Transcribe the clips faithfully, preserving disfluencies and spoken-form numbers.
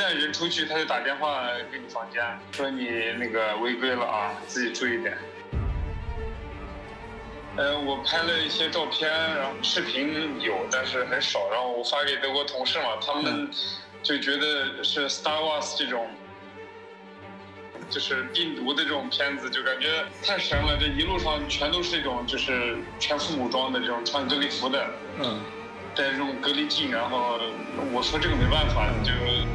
在人出去，他就打电话给你房间，说你那个违规了啊，自己注意点。呃，我拍了一些照片，然后视频有，但是很少。然后我发给德国同事嘛，他们就觉得是 Star Wars 这种，就是病毒的这种片子，就感觉太神了。这一路上全都是这种，就是全副武装的这种穿隔离服的，嗯，带这种隔离镜。然后我说这个没办法，就。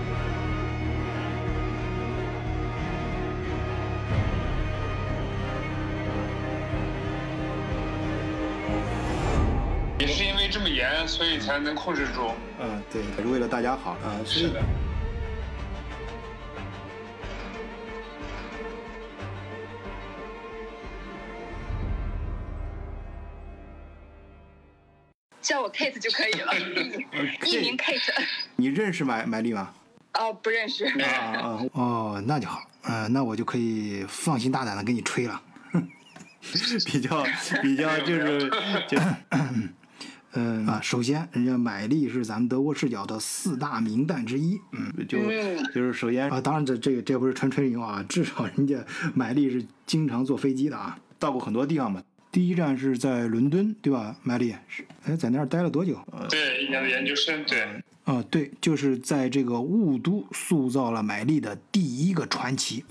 也是因为这么严，所以才能控制住。 嗯，对，是为了大家好啊。 是的。 叫我 Kate 就可以了，艺名 Kate。 你認識買買麗嗎？ 哦，不認識。 啊啊哦，那就好，呃，那我就可以放心大膽的給你吹了。比較比較就是就。嗯啊，首先，人家買麗是咱們德國視角的四大名旦之一，嗯，就就是首先啊，當然這這個這不是純吹牛啊，至少人家買麗是經常坐飛機的啊，到過很多地方嘛。第一站是在倫敦，對吧？買麗是，哎，在那兒待了多久？ 對，一年的研究生，對。 啊，對，就是在這個霧都塑造了買麗的第一個傳奇。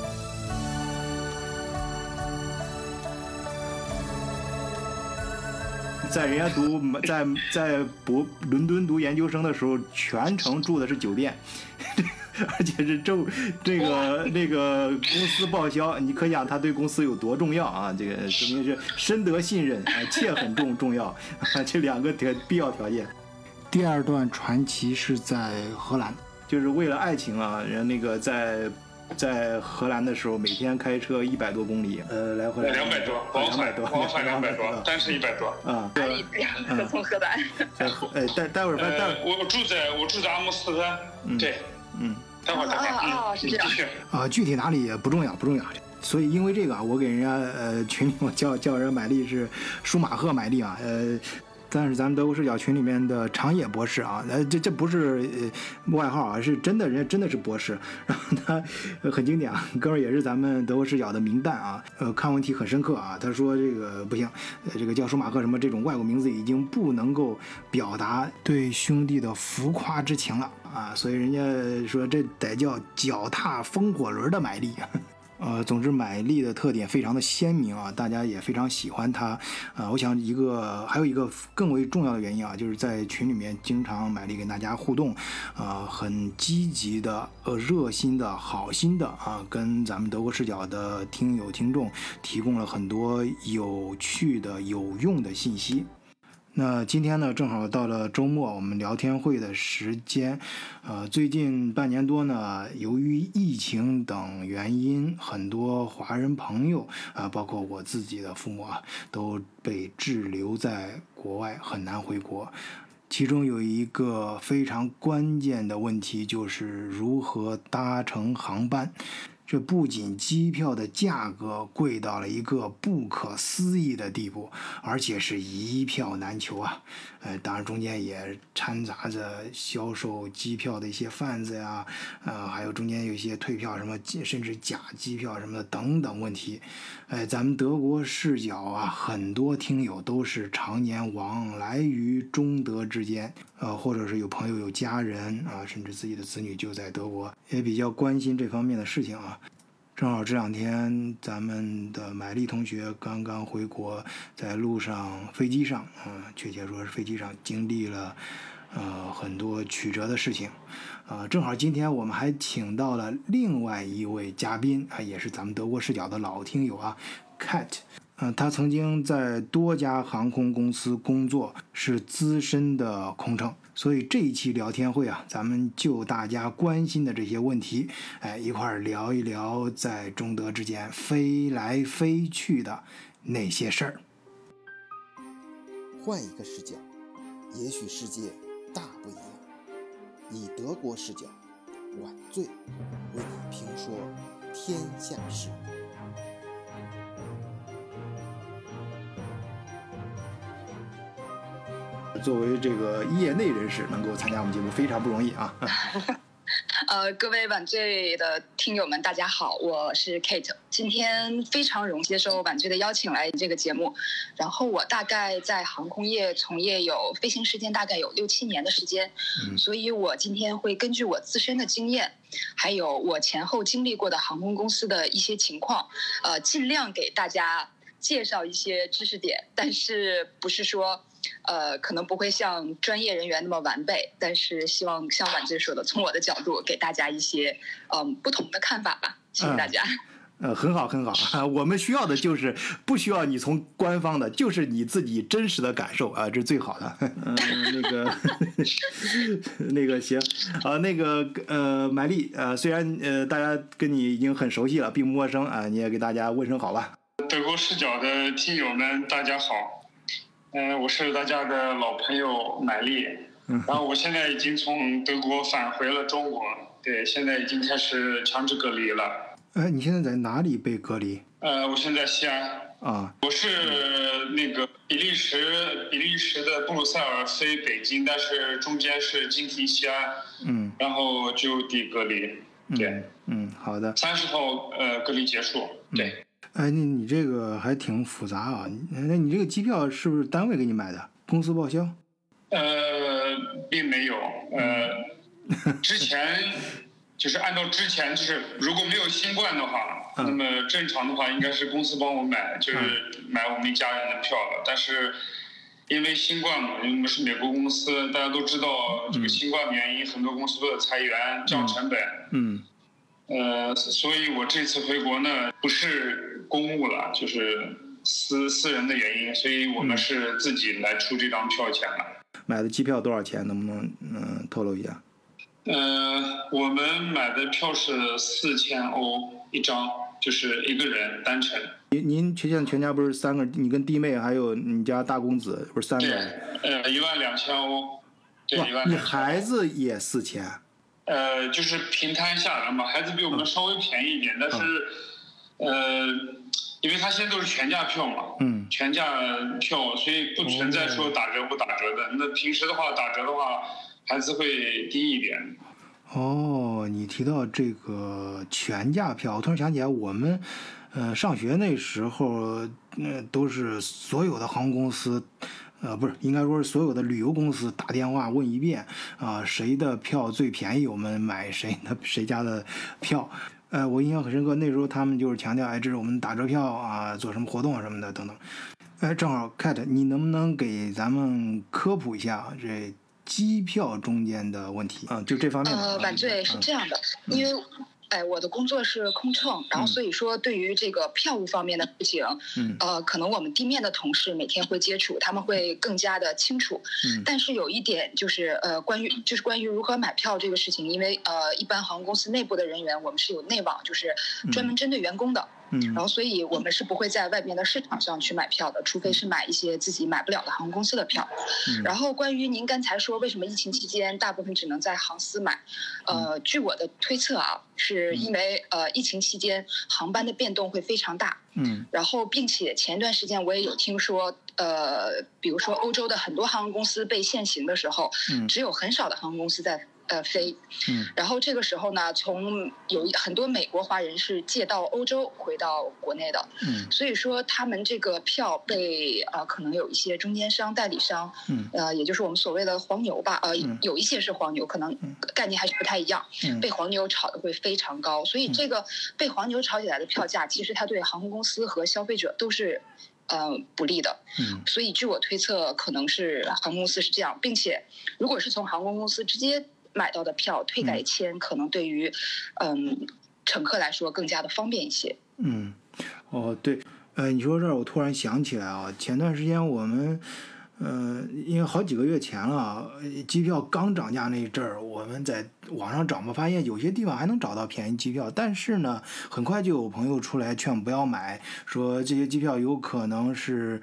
在人家讀在在博倫敦讀研究生的時候，全程住的是酒店，而且是州這個那個公司報銷，你可想他對公司有多重要啊！這個說明是深得信任啊，切很重重要啊，這兩個條必要條件。第二段傳奇是在荷蘭，就是為了愛情啊，人那個在。在荷蘭的時候，每天開車一百多公里，呃，來回來兩百多，往返往返兩百多，單是一百多啊。 哪裡兩個從荷蘭？ 在呃，待待會兒，待呃，我住在我住在阿姆斯特丹， 嗯， 對，嗯，待會兒再看。 哦，是這樣。 啊，具體哪裡也不重要，不重要。所以因為這個啊，我給人家呃群裡我叫叫人買麗是舒馬赫買麗啊，呃。但是咱們德國視角群裡面的長野博士啊，呃，這這不是呃外號啊，是真的，人家真的是博士。然後他很經典啊，哥們也是咱們德國視角的名旦啊，呃，看問題很深刻啊。他說這個不行，呃，這個叫舒馬赫什麼這種外國名字已經不能夠表達對兄弟的浮誇之情了啊，所以人家說這得叫腳踏風火輪的買麗。呃，總之買麗的特點非常的鮮明啊，大家也非常喜歡它。呃，我想一個還有一個更為重要的原因啊，就是在群裡面經常買麗跟大家互動，呃，很積極的、呃熱心的、好心的啊，跟咱們德國視角的聽友聽眾提供了很多有趣的、有用的信息。那今天呢，正好到了周末，我們聊天會的時間。呃，最近半年多呢，由於疫情等原因，很多華人朋友啊、呃，包括我自己的父母啊，都被滯留在國外，很難回國。其中有一個非常關鍵的問題，就是如何搭乘航班。這不僅機票的價格貴到了一個不可思議的地步，而且是一票難求啊！呃，當然中間也摻雜着銷售機票的一些販子呀，呃，還有中間有一些退票什麼，甚至假機票什麼的等等問題。哎，咱們德國視角啊，很多聽友都是常年往來於中德之間，呃，或者是有朋友有家人啊，甚至自己的子女就在德國，也比較關心這方面的事情啊。正好這兩天咱們的買麗同學剛剛回國，在路上飛機上，嗯、呃，確切說是飛機上經歷了呃很多曲折的事情，呃，正好今天我們還請到了另外一位嘉賓啊、呃，也是咱們德國視角的老聽友啊 ，Cat， 呃，他曾經在多家航空公司工作，是資深的空乘。所以這一期聊天會啊，咱們就大家關心的這些問題，哎，一塊兒聊一聊在中德之間飛來飛去的那些事兒。 換一個視角，也許世界大不一樣。以德國視角，晚醉為你評說天下事。 作為這個業內人士，能夠參加我們節目非常不容易啊。 啊， 呃，各位晚醉的听友们，大家好，我是 Kate， 今天非常荣幸接受晚醉的邀请来这个节目。然后我大概在航空业从业有飞行时间大概有六七年的时间，嗯、所以我今天会根据我自身的经验，还有我前后经历过的航空公司的一些情况，呃，尽量给大家介绍一些知识点，但是不是说。呃，可能不会像专业人员那么完备，但是希望像晚醉说的，从我的角度给大家一些嗯、呃、不同的看法吧，谢谢大家。 嗯、呃，很好很好啊，我们需要的就是不需要你从官方的，就是你自己真实的感受啊，这是最好的。嗯、呃，那个那个行啊，那个呃，买力呃，虽然呃大家跟你已经很熟悉了，并不陌生啊，你也给大家问声好吧。 德国视角的听友们，大家好。嗯、呃，我是大家的老朋友买力，然后我现在已经从德国返回了中国，对，现在已经开始强制隔离了。 哎，你现在在哪里被隔离？ 呃，我现在西安。 啊。 我是那个比利时，比利时的布鲁塞尔飞北京，但是中间是经停西安，嗯，然后就地隔离，对， 嗯，嗯好的。 三十号呃隔离结束，对。嗯哎，你你这个还挺复杂啊！那你这个机票是不是单位给你买的？公司报销？ 呃，并没有。呃，之前就是按照之前，就是如果没有新冠的话，嗯、那么正常的话应该是公司帮我买，就是买我们一家人的票了。但是因为新冠嘛，因为我们是美国公司，大家都知道这个新冠的原因，很多公司都在裁员、降成本。嗯。呃，所以我这次回国呢，不是公务了，就是私私人的原因，所以我们是自己来出这张票钱了。 买的机票多少钱？能不能嗯透露一下？ 呃，我们买的票是四千欧一张，就是一个人单程。 您您现在全家不是三个？你跟弟妹还有你家大公子不是三个？ 对，呃，一万两千欧。对，一万。 你孩子也四千？ 呃，就是平摊下来嘛，孩子比我们稍微便宜一点，嗯、但是，呃，因为他现在都是全价票嘛，嗯，全价票，所以不存在说打折不打折的。哦、那平时的话，打折的话，孩子会低一点。 哦，你提到这个全价票，我突然想起来，我们，呃，上学那时候，那、呃、都是所有的航空公司。呃，不是，应该说是所有的旅游公司打电话问一遍啊、呃，谁的票最便宜，我们买谁的谁家的票。呃，我印象很深刻，那时候他们就是强调，哎，这是我们打折票啊，做什么活动什么的等等。哎，正好 Cat， 你能不能给咱们科普一下这机票中间的问题啊？就这方面的。 呃，晚醉是这样的，嗯、因为。哎，我的工作是空乘，然后所以说对于这个票务方面的事情，嗯，呃，可能我们地面的同事每天会接触，他们会更加的清楚。嗯，但是有一点就是，呃，关于就是关于如何买票这个事情，因为呃，一般航空公司内部的人员，我们是有内网，就是专门针对员工的。嗯，然后所以我们是不会在外边的市场上去买票的，除非是买一些自己买不了的航空公司的票。嗯，然后关于您刚才说为什么疫情期间大部分只能在航司买，呃，据我的推测啊，是因为呃疫情期间航班的变动会非常大。嗯，然后并且前一段时间我也有听说，呃，比如说欧洲的很多航空公司被限行的时候，嗯，只有很少的航空公司在。呃，飞，嗯，然后这个时候呢，从有很多美国华人是借到欧洲回到国内的，嗯，所以说他们这个票被呃可能有一些中间商、代理商，嗯，呃，也就是我们所谓的黄牛吧，呃，嗯、有一些是黄牛，可能概念还是不太一样，嗯，被黄牛炒的会非常高，所以这个被黄牛炒起来的票价，其实它对航空公司和消费者都是。呃，不利的，嗯，所以据我推测，可能是航空公司是这样，并且如果是从航空公司直接买到的票退改签，嗯、可能对于嗯乘客来说更加的方便一些。 嗯，哦对，呃，你说这儿我突然想起来啊，前段时间我们。呃，因为好几个月前了，机票刚涨价那一阵儿，我们在网上找嘛，发现有些地方还能找到便宜机票，但是呢，很快就有朋友出来劝不要买，说这些机票有可能是，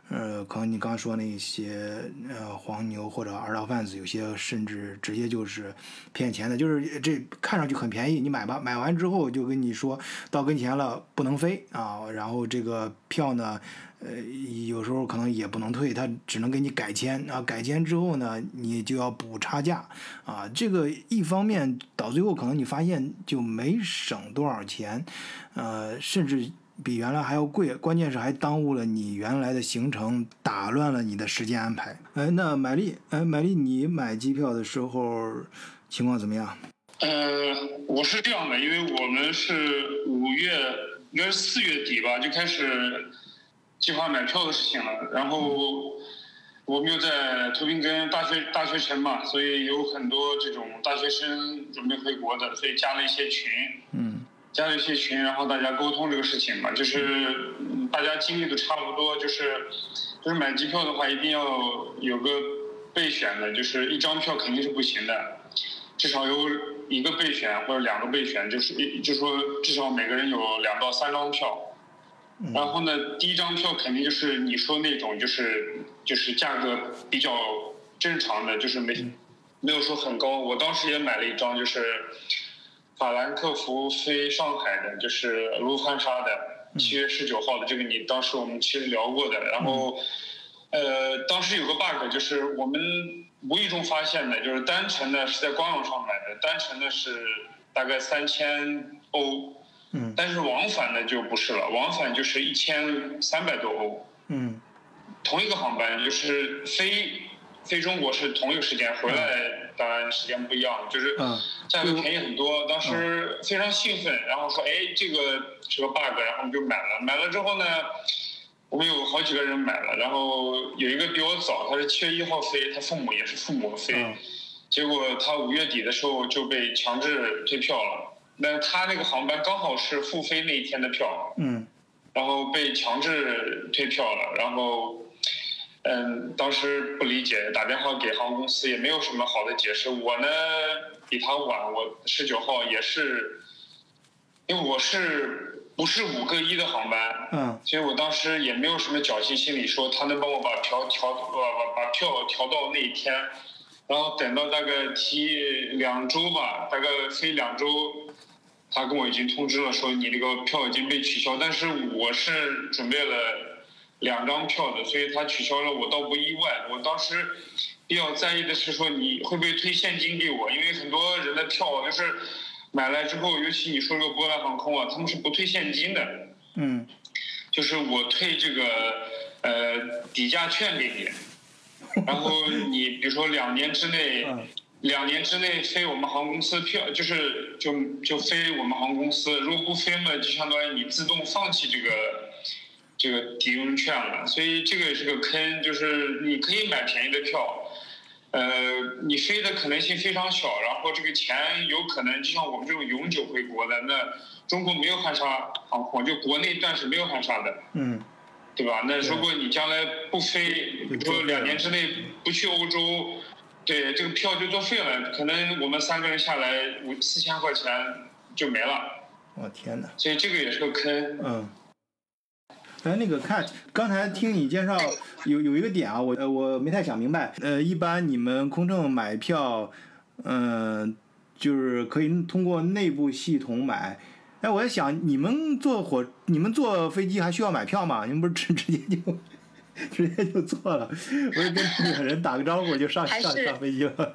呃，可能你刚说那些呃黄牛或者二道贩子，有些甚至直接就是骗钱的，就是这看上去很便宜，你买吧，买完之后就跟你说到跟前了不能飞啊，然后这个票呢，呃，有时候可能也不能退，他只能给你改签啊，改签之后呢，你就要补差价啊，这个一方面到最后可能你发现就没省多少钱，呃，甚至比原来还要贵，关键是还耽误了你原来的行程，打乱了你的时间安排。哎，那买丽，哎，买丽，你买机票的时候情况怎么样？ 呃，我是这样的，因为我们是五月，应该是四月底吧，就开始计划买票的事情了。然后我们又在图宾根大学大学城嘛，所以有很多这种大学生准备回国的，所以加了一些群。嗯。加了一些群，然后大家沟通这个事情嘛，就是大家经历都差不多，就是就是买机票的话，一定要有个备选的，就是一张票肯定是不行的，至少有一个备选或者两个备选，就是就是说至少每个人有两到三张票。然后呢，第一张票肯定就是你说那种，就是就是价格比较正常的，就是没没有说很高。我当时也买了一张，就是法兰克福飞上海的，就是卢汉莎的，七月十九号的，这个你当时我们其实聊过的。然后，呃，当时有个 bug， 就是我们无意中发现的，就是单程呢是在官网上买的，单程呢是大概三千欧，嗯，但是往返呢就不是了，往返就是一千三百多欧，嗯，同一个航班就是飞飞中国是同一个时间，回来当然时间不一样，就是价格便宜很多。当时非常兴奋，然后说哎这个是个 bug， 然后我们就买了。买了之后呢，我们有好几个人买了，然后有一个比我早，他是七月一号飞，他父母也是父母飞，结果他五月底的时候就被强制退票了。那他那个航班刚好是复飞那一天的票，嗯，然后被强制退票了，然后。嗯，当时不理解，打电话给航空公司也没有什么好的解释。我呢比他晚，我十九号也是，因为我是不是五个一的航班，嗯，所以我当时也没有什么侥幸心理，说他能帮我把票调把把把票调到那一天，然后等到大概提两周吧，大概飞两周，他跟我已经通知了，说你这个票已经被取消，但是我是准备了两张票的，所以他取消了，我倒不意外。我当时比较在意的是说你会不会退现金给我，因为很多人的票就是买来之后，尤其你说这个波兰航空啊，他们是不退现金的，嗯，就是我退这个呃抵价券给你，然后你比如说两年之内。两年之内飞我们航空公司票，就是就就飞我们航空公司，如果不飞嘛，就相当于你自动放弃这个这个抵用券了。所以这个也是个坑，就是你可以买便宜的票，呃，你飞的可能性非常小，然后这个钱有可能就像我们这种永久回国的，那中国没有汉莎航空，就国内暂时没有汉莎的，嗯，对吧？那如果你将来不飞，比如说两年之内不去欧洲。对，这个票就作废了，可能我们三个人下来五四千块钱就没了。 我天哪！ 所以这个也是个坑。 嗯。哎，那个看刚才听你介绍有有一个点啊，我呃我没太想明白。呃，一般你们空乘买票，嗯、呃，就是可以通过内部系统买。哎，我在想，你们坐火，你们坐飞机还需要买票吗？你们不是直直接就？直接就做了，我就跟那个人打个招呼就上上上飞机了。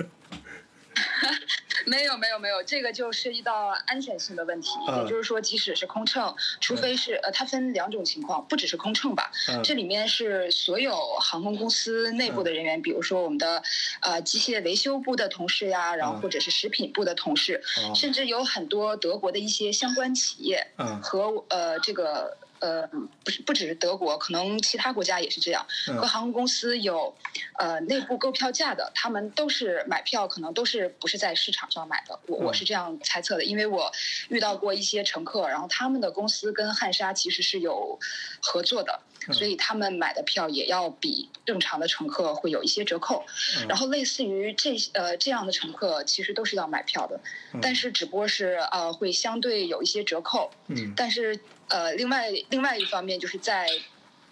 没有没有没有，这个就涉及到安全性的问题，嗯、也就是说，即使是空乘，除非是、嗯、呃，它分两种情况，不只是空乘吧，嗯、这里面是所有航空公司内部的人员，嗯、比如说我们的呃机械维修部的同事呀，然后或者是食品部的同事，嗯、甚至有很多德国的一些相关企业、嗯、和呃这个。呃，不是，不只是德国，可能其他国家也是这样。和航空公司有，呃，内部购票价的，他们都是买票，可能都是不是在市场上买的。我我是这样猜测的，因为我遇到过一些乘客，然后他们的公司跟汉莎其实是有合作的，所以他们买的票也要比正常的乘客会有一些折扣。然后类似于这呃这样的乘客，其实都是要买票的，但是只不过是呃会相对有一些折扣。嗯，但是。呃，另外另外一方面就是在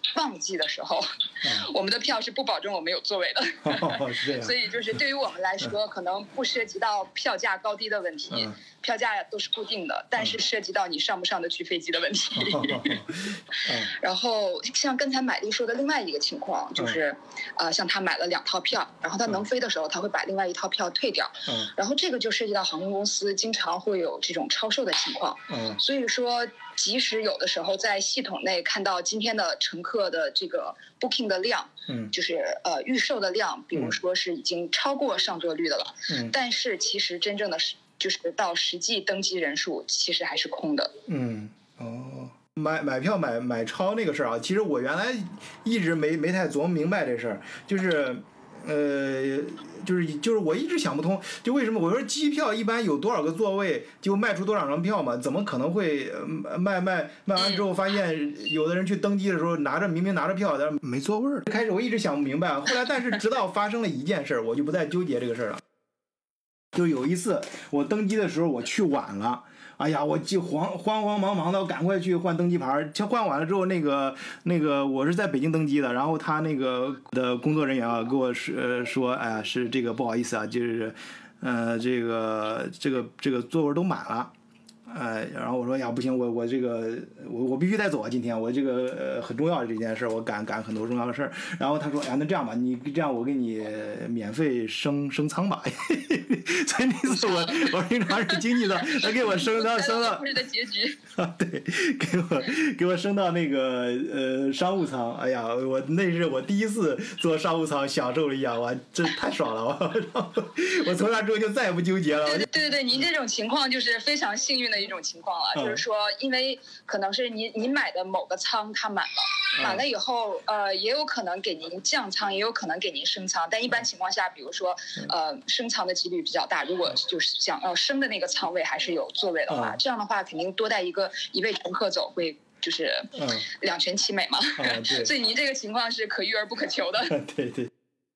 旺季的时候，嗯、我们的票是不保证我们有座位的。 哦、是这样。 所以就是对于我们来说，嗯、可能不涉及到票价高低的问题，嗯、票价都是固定的，但是涉及到你上不上得去飞机的问题。嗯、然后像刚才买丽说的另外一个情况，就是，嗯、呃，像他买了两套票，然后他能飞的时候，他会把另外一套票退掉。嗯、然后这个就涉及到航空公司经常会有这种超售的情况。嗯、所以说，即使有的时候在系统内看到今天的乘客的这个 booking 的量，嗯，就是呃预售的量，比如说是已经超过上座率的了，嗯，但是其实真正的是就是到实际登机人数其实还是空的。 嗯，哦，买买票买买超那个事儿啊，其实我原来一直没没太琢磨明白这事儿，就是。呃，就是就是我一直想不通，就为什么我说机票一般有多少个座位就卖出多少张票嘛？怎么可能会卖卖卖完之后发现有的人去登机的时候拿着明明拿着票但没座位？开始我一直想不明白，后来但是直到发生了一件事，我就不再纠结这个事了。就有一次我登机的时候我去晚了。哎呀，我就慌慌慌忙忙的赶快去换登机牌，换完了之后，那个那个我是在北京登机的，然后他那个的工作人员啊给我说、呃、说，哎呀，是这个不好意思啊，就是呃这个这个这个座位都满了。呃，然后我说呀，不行，我我这个我我必须得走啊，今天我这个呃很重要的这件事，我赶赶很多重要的事儿。然后他说，哎，那这样吧，你这样我给你免费升升舱吧。所以那次我我平常是经济舱，他给我升到升到。 故事的结局。 啊，对，给我给我升到那个呃商务舱。哎呀，我那是我第一次坐商务舱，享受了一下，哇，这太爽了！我我从那之后就再也不纠结了。 对对对对，您这种情况就是非常幸运的一种情况了，嗯、就是说，因为可能是您您买的某个舱它满了，满了以后，呃，也有可能给您降舱，也有可能给您升舱，但一般情况下，比如说，呃，升舱的几率比较大。如果就是想要升的那个舱位还是有座位的话，嗯、这样的话肯定多带一个一位乘客走会。就是两全其美嘛，嗯、所以您这个情况是可遇而不可求的。 对对。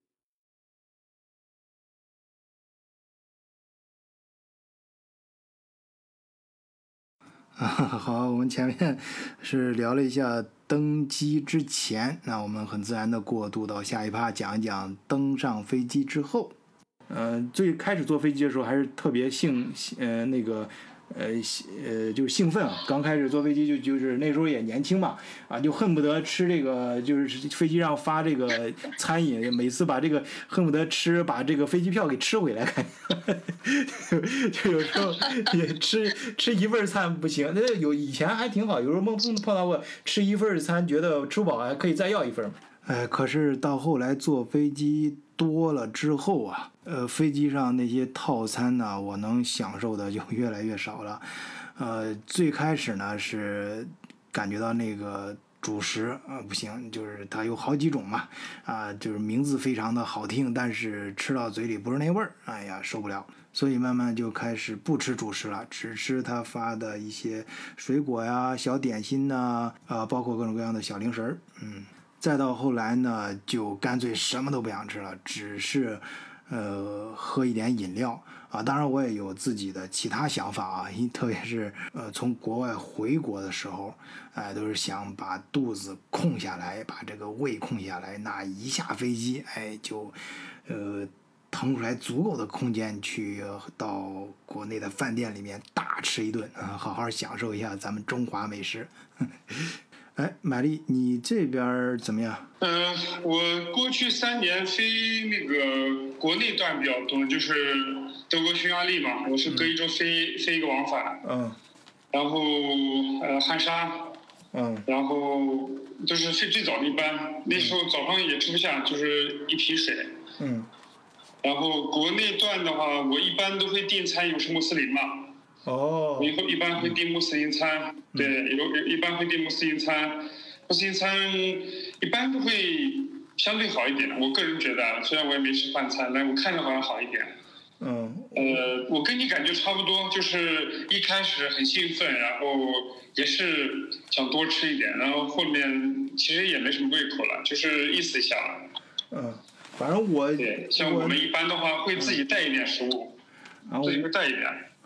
啊，好，我们前面是聊了一下登机之前，那我们很自然的过渡到下一趴，讲一讲登上飞机之后。呃，最开始坐飞机的时候还是特别兴，呃，那个。呃呃，就是兴奋啊！刚开始坐飞机就就是那时候也年轻嘛，啊，就恨不得吃这个，就是飞机上发这个餐饮，每次把这个恨不得吃，把这个飞机票给吃回来，看，就, 就有时候也吃吃一份餐不行，那有以前还挺好，有时候碰碰到过吃一份餐觉得吃不饱还可以再要一份。哎，可是到后来坐飞机多了之后啊，呃，飞机上那些套餐呢，我能享受的就越来越少了。呃，最开始呢是感觉到那个主食啊、呃、不行，就是它有好几种嘛，啊，就是名字非常的好听，但是吃到嘴里不是那味儿，哎呀，受不了。所以慢慢就开始不吃主食了，只吃他发的一些水果呀、小点心呐，啊、呃，包括各种各样的小零食儿，嗯。再到后来呢，就干脆什么都不想吃了，只是，呃，喝一点饮料啊。当然，我也有自己的其他想法啊，特别是呃，从国外回国的时候，哎、呃，都是想把肚子空下来，把这个胃空下来，那一下飞机，哎，就，呃，腾出来足够的空间去、呃、到国内的饭店里面大吃一顿啊，好好享受一下咱们中华美食。哎，玛丽，你这边怎么样？ 嗯、呃，我过去三年飞那个国内段比较多，就是德国匈牙利嘛，我是隔一周飞、嗯、飞一个往返。嗯。然后呃汉莎。嗯。然后就是飞最早的一班，那时候早上也吃不下，就是一瓶水。嗯。然后国内段的话，我一般都会订餐，有是穆斯林嘛。哦，我以后一般会订穆斯林餐，嗯、对，有一般会订穆斯林餐，穆斯林餐一般都会相对好一点。我个人觉得，虽然我也没吃饭餐，但我看着好像好一点。嗯，呃，我跟你感觉差不多，就是一开始很兴奋，然后也是想多吃一点，然后后面其实也没什么胃口了，就是意思一下。嗯， 反正我对，像我们一般的话会自己带一点食物，嗯、自己会带一点。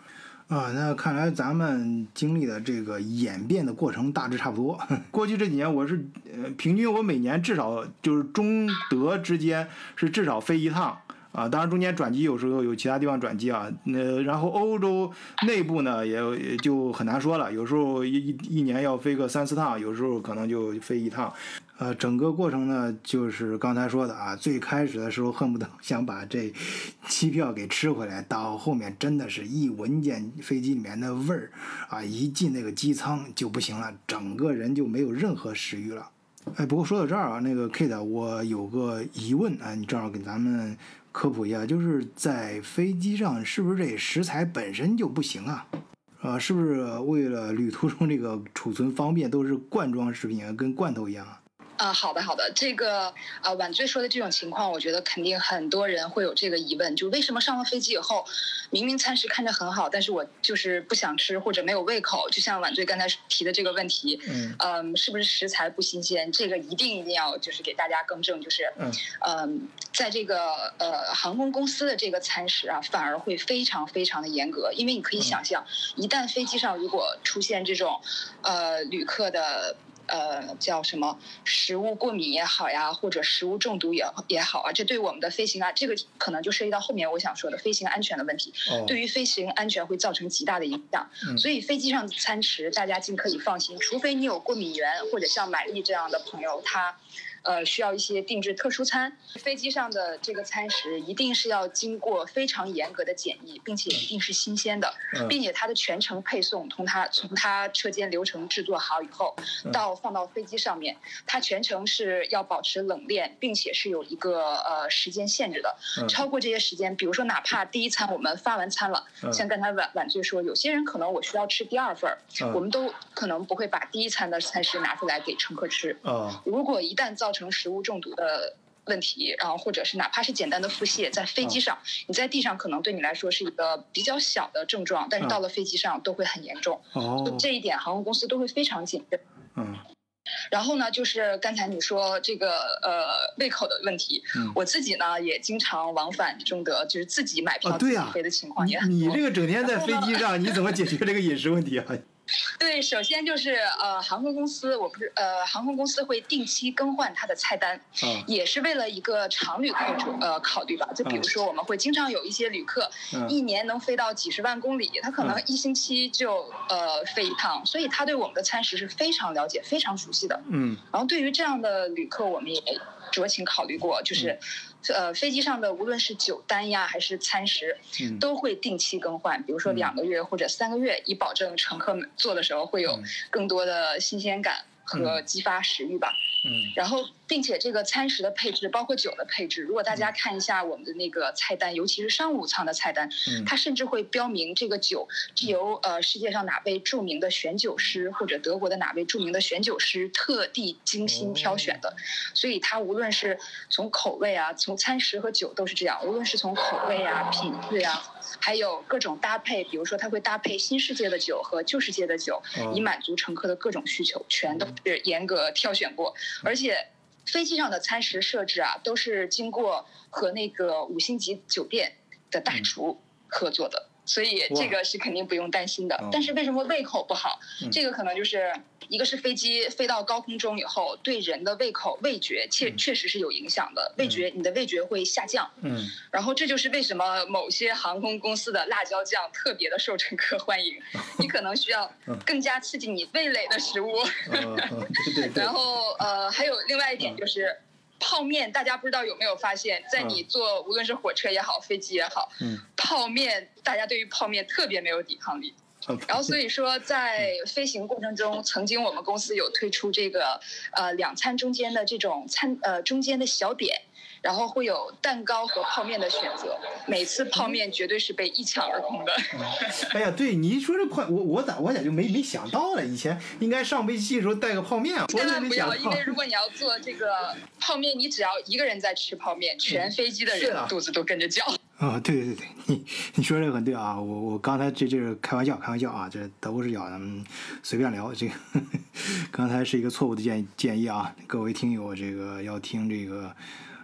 啊，那看来咱们经历的这个演变的过程大致差不多。过去这几年，我是呃平均我每年至少就是中德之间是至少飞一趟啊，当然中间转机有时候有其他地方转机啊。那然后欧洲内部呢也也就很难说了，有时候一一年要飞个三四趟，有时候可能就飞一趟。呃，整个过程呢，就是刚才说的啊，最开始的时候恨不得想把这机票给吃回来，到后面真的是一闻见飞机里面的味儿啊，一进那个机舱就不行了，整个人就没有任何食欲了。哎，不过说到这儿啊，那个 Kate， 我有个疑问啊，你正好给咱们科普一下，就是在飞机上是不是这食材本身就不行啊？呃，是不是为了旅途中这个储存方便，都是罐装食品啊，跟罐头一样啊？ 啊、呃，好的好的，这个呃晚醉说的这种情况，我觉得肯定很多人会有这个疑问，就为什么上了飞机以后，明明餐食看着很好，但是我就是不想吃或者没有胃口，就像晚醉刚才提的这个问题，嗯、呃，是不是食材不新鲜？这个一定一定要就是给大家更正，就是嗯、呃，在这个呃航空公司的这个餐食啊，反而会非常非常的严格，因为你可以想象，一旦飞机上如果出现这种呃旅客的。呃，叫什么食物过敏也好呀，或者食物中毒也也好啊，这对我们的飞行啊，这个可能就涉及到后面我想说的飞行安全的问题，哦、对于飞行安全会造成极大的影响。嗯、所以飞机上的餐食大家尽可以放心，除非你有过敏源，或者像买丽这样的朋友，他。呃，需要一些定制特殊餐。飞机上的这个餐食一定是要经过非常严格的检疫，并且一定是新鲜的，并且它的全程配送，从它从它车间流程制作好以后，到放到飞机上面，它全程是要保持冷链，并且是有一个呃时间限制的。超过这些时间，比如说哪怕第一餐我们发完餐了，像刚才晚晚醉说，有些人可能我需要吃第二份，我们都可能不会把第一餐的餐食拿出来给乘客吃。如果一旦造成食物中毒的问题，然后或者是哪怕是简单的腹泻，在飞机上，你在地上可能对你来说是一个比较小的症状，但是到了飞机上都会很严重。哦，这一点航空公司都会非常谨慎。嗯。然后呢，就是刚才你说这个呃胃口的问题，嗯、我自己呢也经常往返中德，就是自己买票自己飞的情况也很多。 你你这个整天在飞机上，你怎么解决这个饮食问题啊？ 对，首先就是呃，航空公司，我不是呃，航空公司会定期更换它的菜单，嗯、也是为了一个常旅客主呃考虑吧。就比如说，我们会经常有一些旅客，嗯、一年能飞到几十万公里，他可能一星期就呃飞一趟，所以他对我们的餐食是非常了解、非常熟悉的。嗯，然后对于这样的旅客，我们也酌情考虑过，就是。嗯呃，飞机上的无论是酒单呀还是餐食，嗯、都会定期更换，比如说两个月或者三个月，以保证乘客们坐的时候会有更多的新鲜感和激发食欲吧。嗯，然后并且这个餐食的配置包括酒的配置，如果大家看一下我们的那个菜单，尤其是商务舱的菜单，嗯、它甚至会标明这个酒是由呃世界上哪位著名的选酒师或者德国的哪位著名的选酒师特地精心挑选的，所以它无论是从口味啊，从餐食和酒都是这样，无论是从口味啊、品质啊，还有各种搭配，比如说它会搭配新世界的酒和旧世界的酒，以满足乘客的各种需求，全都是严格挑选过。而且飞机上的餐食设置啊，都是经过和那个五星级酒店的大厨合作的，所以这个是肯定不用担心的。但是为什么胃口不好？这个可能就是一个是飞机飞到高空中以后，对人的胃口、味觉确确实是有影响的，味觉你的味觉会下降。嗯，然后这就是为什么某些航空公司的辣椒酱特别的受乘客欢迎，你可能需要更加刺激你味蕾的食物。然后呃，还有另外一点就是。泡面，大家不知道有没有发现，在你坐无论是火车也好，飞机也好，嗯、泡面大家对于泡面特别没有抵抗力。然后所以说，在飞行过程中，曾经我们公司有推出这个呃两餐中间的这种餐呃中间的小点。然后会有蛋糕和泡面的选择，每次泡面绝对是被一抢而空的。 哎呀，对你一说这泡，我我咋我咋就没没想到了？以前应该上飞机的时候带个泡面， 千万不要，因为如果你要做这个泡面，你只要一个人在吃泡面，全飞机的人肚子都跟着叫。 啊、哦，对对对，你你说这个很对啊，我我刚才这这是开玩笑，开玩笑啊，这德国视角咱们随便聊，这个呵呵刚才是一个错误的建议建议啊，各位听友这个要听这个。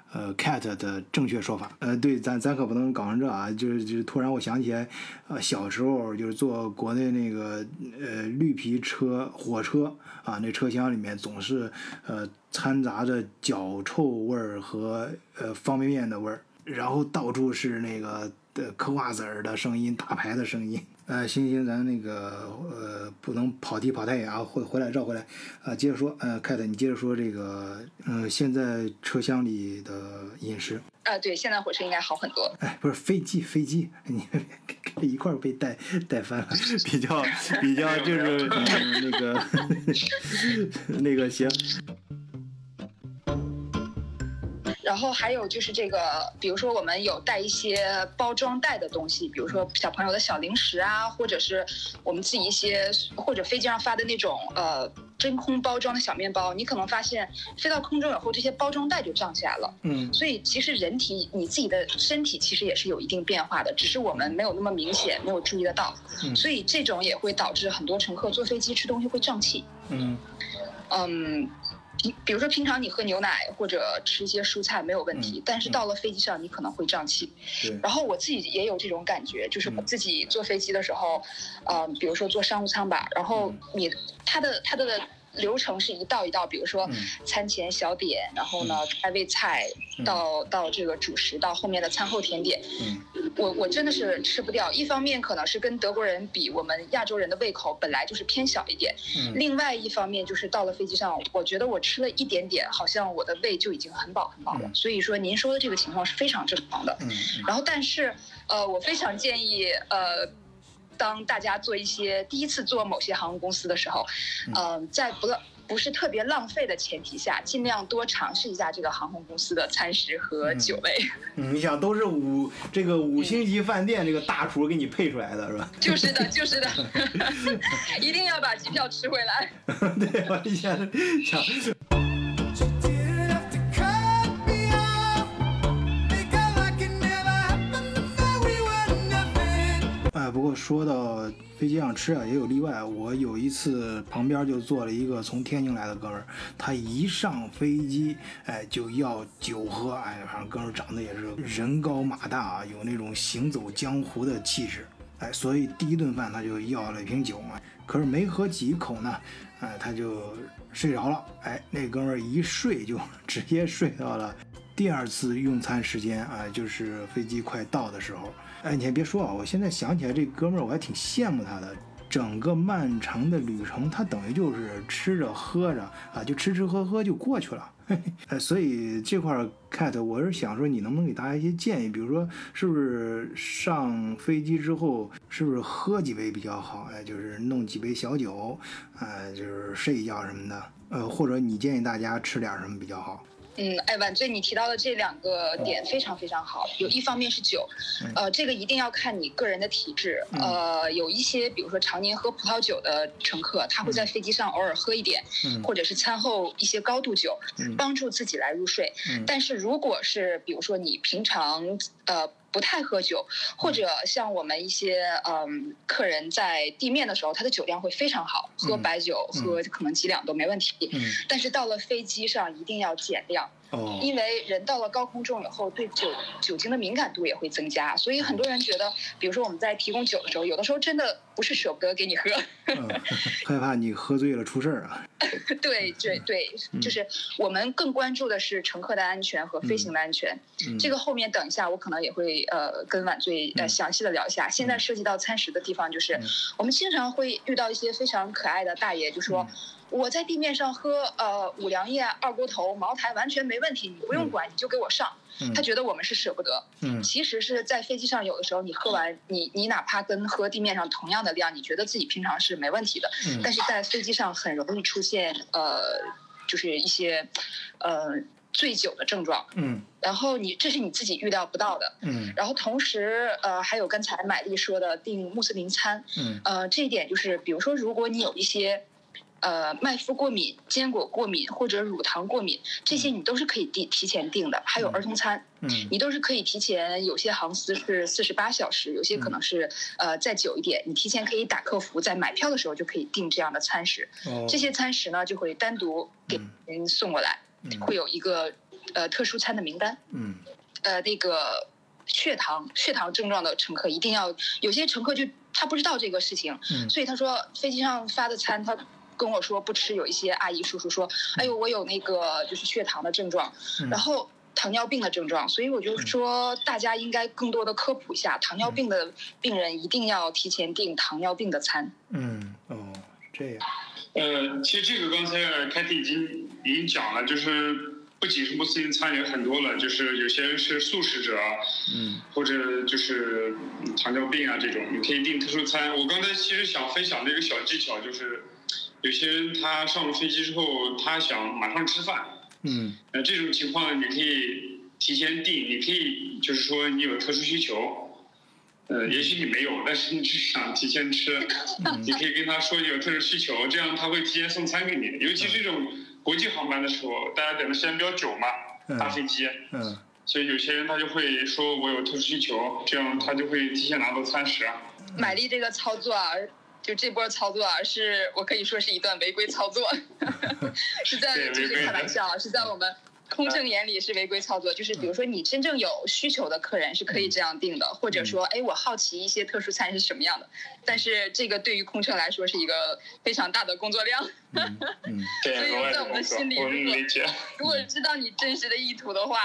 呃 cat 的正确说法。呃，对，咱咱可不能搞成这啊！就是就是突然我想起来，呃，小时候就是坐国内那个呃绿皮车火车啊，那车厢里面总是呃掺杂着脚臭味儿和呃方便面的味儿，然后到处是那个呃嗑瓜子儿的声音、打牌的声音。呃，行行，咱那个呃，不能跑题跑太远啊，回回来绕回来，啊、呃，接着说，呃，凯特，你接着说这个，呃，现在车厢里的饮食。 啊、呃，对，现在火车应该好很多。 哎，不是飞机，飞机，你一块儿被带带翻了，比较比较就是、嗯、那个那个行。 然后还有就是这个，比如说我们有带一些包装袋的东西，比如说小朋友的小零食啊，或者是我们自己一些或者飞机上发的那种呃真空包装的小面包，你可能发现飞到空中以后，这些包装袋就胀起来了。嗯，所以其实人体你自己的身体其实也是有一定变化的，只是我们没有那么明显，没有注意得到。嗯，所以这种也会导致很多乘客坐飞机吃东西会胀气。嗯嗯。比如说平常你喝牛奶或者吃一些蔬菜没有问题、嗯、但是到了飞机上你可能会胀气、嗯、然后我自己也有这种感觉，就是我自己坐飞机的时候、嗯、呃，比如说坐商务舱吧，然后你它的它的流程是一道一道，比如说餐前小点、嗯、然后呢开胃菜、嗯、到到这个主食，到后面的餐后甜点、嗯、我我真的是吃不掉，一方面可能是跟德国人比，我们亚洲人的胃口本来就是偏小一点、嗯、另外一方面就是到了飞机上，我觉得我吃了一点点，好像我的胃就已经很饱很饱了、嗯、所以说您说的这个情况是非常正常的、嗯、然后但是呃我非常建议呃当大家做一些第一次做某些航空公司的时候，嗯、呃，在不不是特别浪费的前提下，尽量多尝试一下这个航空公司的餐食和酒类。 嗯，你想都是五这个五星级饭店这个大厨给你配出来的是吧？ 就是的，就是的，一定要把机票吃回来。 对，我以前想。哎，不过说到飞机上吃啊，也有例外。我有一次旁边就坐了一个从天津来的哥们儿，他一上飞机，哎，就要酒喝，哎，反正哥们儿长得也是人高马大啊，有那种行走江湖的气质，哎，所以第一顿饭他就要了一瓶酒嘛，可是没喝几口呢，哎，他就睡着了，哎，那哥们儿一睡就直接睡到了第二次用餐时间啊，就是飞机快到的时候。哎，你还别说啊，我现在想起来这哥们儿，我还挺羡慕他的。整个漫长的旅程，他等于就是吃着喝着啊，就吃吃喝喝就过去了。哎，所以这块 Cat， 我是想说，你能不能给大家一些建议？比如说，是不是上飞机之后，是不是喝几杯比较好？哎，就是弄几杯小酒，哎，就是睡一觉什么的。呃，或者你建议大家吃点什么比较好？ 嗯，哎，晚醉，你提到的这两个点非常非常好。有一方面是酒，呃，这个一定要看你个人的体质。呃，有一些比如说常年喝葡萄酒的乘客，他会在飞机上偶尔喝一点，或者是餐后一些高度酒，帮助自己来入睡。但是如果是比如说你平常呃。不太喝酒，或者像我们一些嗯客人在地面的时候，他的酒量会非常好，喝白酒、嗯、喝可能几两都没问题、嗯、但是到了飞机上一定要减量、哦、因为人到了高空中以后对酒酒精的敏感度也会增加，所以很多人觉得比如说我们在提供酒的时候，有的时候真的不是舍不得给你喝、 嗯、害怕你喝醉了出事儿啊对对对、嗯、就是我们更关注的是乘客的安全和飞行的安全、嗯、这个后面等一下我可能也会呃跟晚醉呃详细的聊一下、嗯、现在涉及到餐食的地方，就是、嗯、我们经常会遇到一些非常可爱的大爷，就说、嗯、我在地面上喝呃五粮液、二锅头、茅台完全没问题，你不用管、嗯、你就给我上、嗯、他觉得我们是舍不得、嗯、其实是在飞机上有的时候你喝完你你哪怕跟喝地面上同样的量，你觉得自己平常是没问题的、嗯、但是在飞机上很容易出现呃就是一些呃醉酒的症状，嗯，然后你这是你自己预料不到的，嗯，然后同时呃还有刚才买丽说的订穆斯林餐，嗯，呃这一点就是比如说如果你有一些呃麦麸过敏、坚果过敏或者乳糖过敏，这些你都是可以提提前订的，还有儿童餐，嗯，你都是可以提前，有些航司是四十八小时，有些可能是、嗯、呃再久一点，你提前可以打客服，在买票的时候就可以订这样的餐食，哦、这些餐食呢就会单独给您送过来。嗯、会有一个呃特殊餐的名单。 嗯。 呃，那个血糖血糖症状的乘客一定要，有些乘客就他不知道这个事情， 嗯、 所以他说飞机上发的餐他跟我说不吃，有一些阿姨叔叔说，哎呦我有那个就是血糖的症状， 嗯、 然后糖尿病的症状，所以我就说大家应该更多的科普一下，糖尿病的病人一定要提前订糖尿病的餐。 嗯，哦，这样。 呃，其实这个刚才凯蒂已经已经讲了，就是不仅是穆斯林餐，有很多了，就是有些人是素食者， 嗯， 或者就是糖尿病啊这种，你可以订特殊餐。我刚才其实想分享的一个小技巧就是，有些人他上了飞机之后，他想马上吃饭， 嗯， 呃，这种情况你可以提前订，你可以就是说你有特殊需求。呃，也许你没有，但是你只想提前吃， 嗯、 你可以跟他说你有特殊需求，这样他会提前送餐给你。尤其是这种国际航班的时候，大家等的时间比较久嘛，搭飞机， 嗯， 所以有些人他就会说我有特殊需求，这样他就会提前拿到餐食。 买力这个操作啊，就这波操作啊，是我可以说是一段违规操作，是在就是开玩笑，是在我们空乘眼里是违规操作，就是比如说你真正有需求的客人是可以这样定的，或者说哎我好奇一些特殊餐是什么样的，但是这个对于空乘来说是一个非常大的工作量， 嗯嗯、 所以在我们心里如果如果知道你真实的意图的话，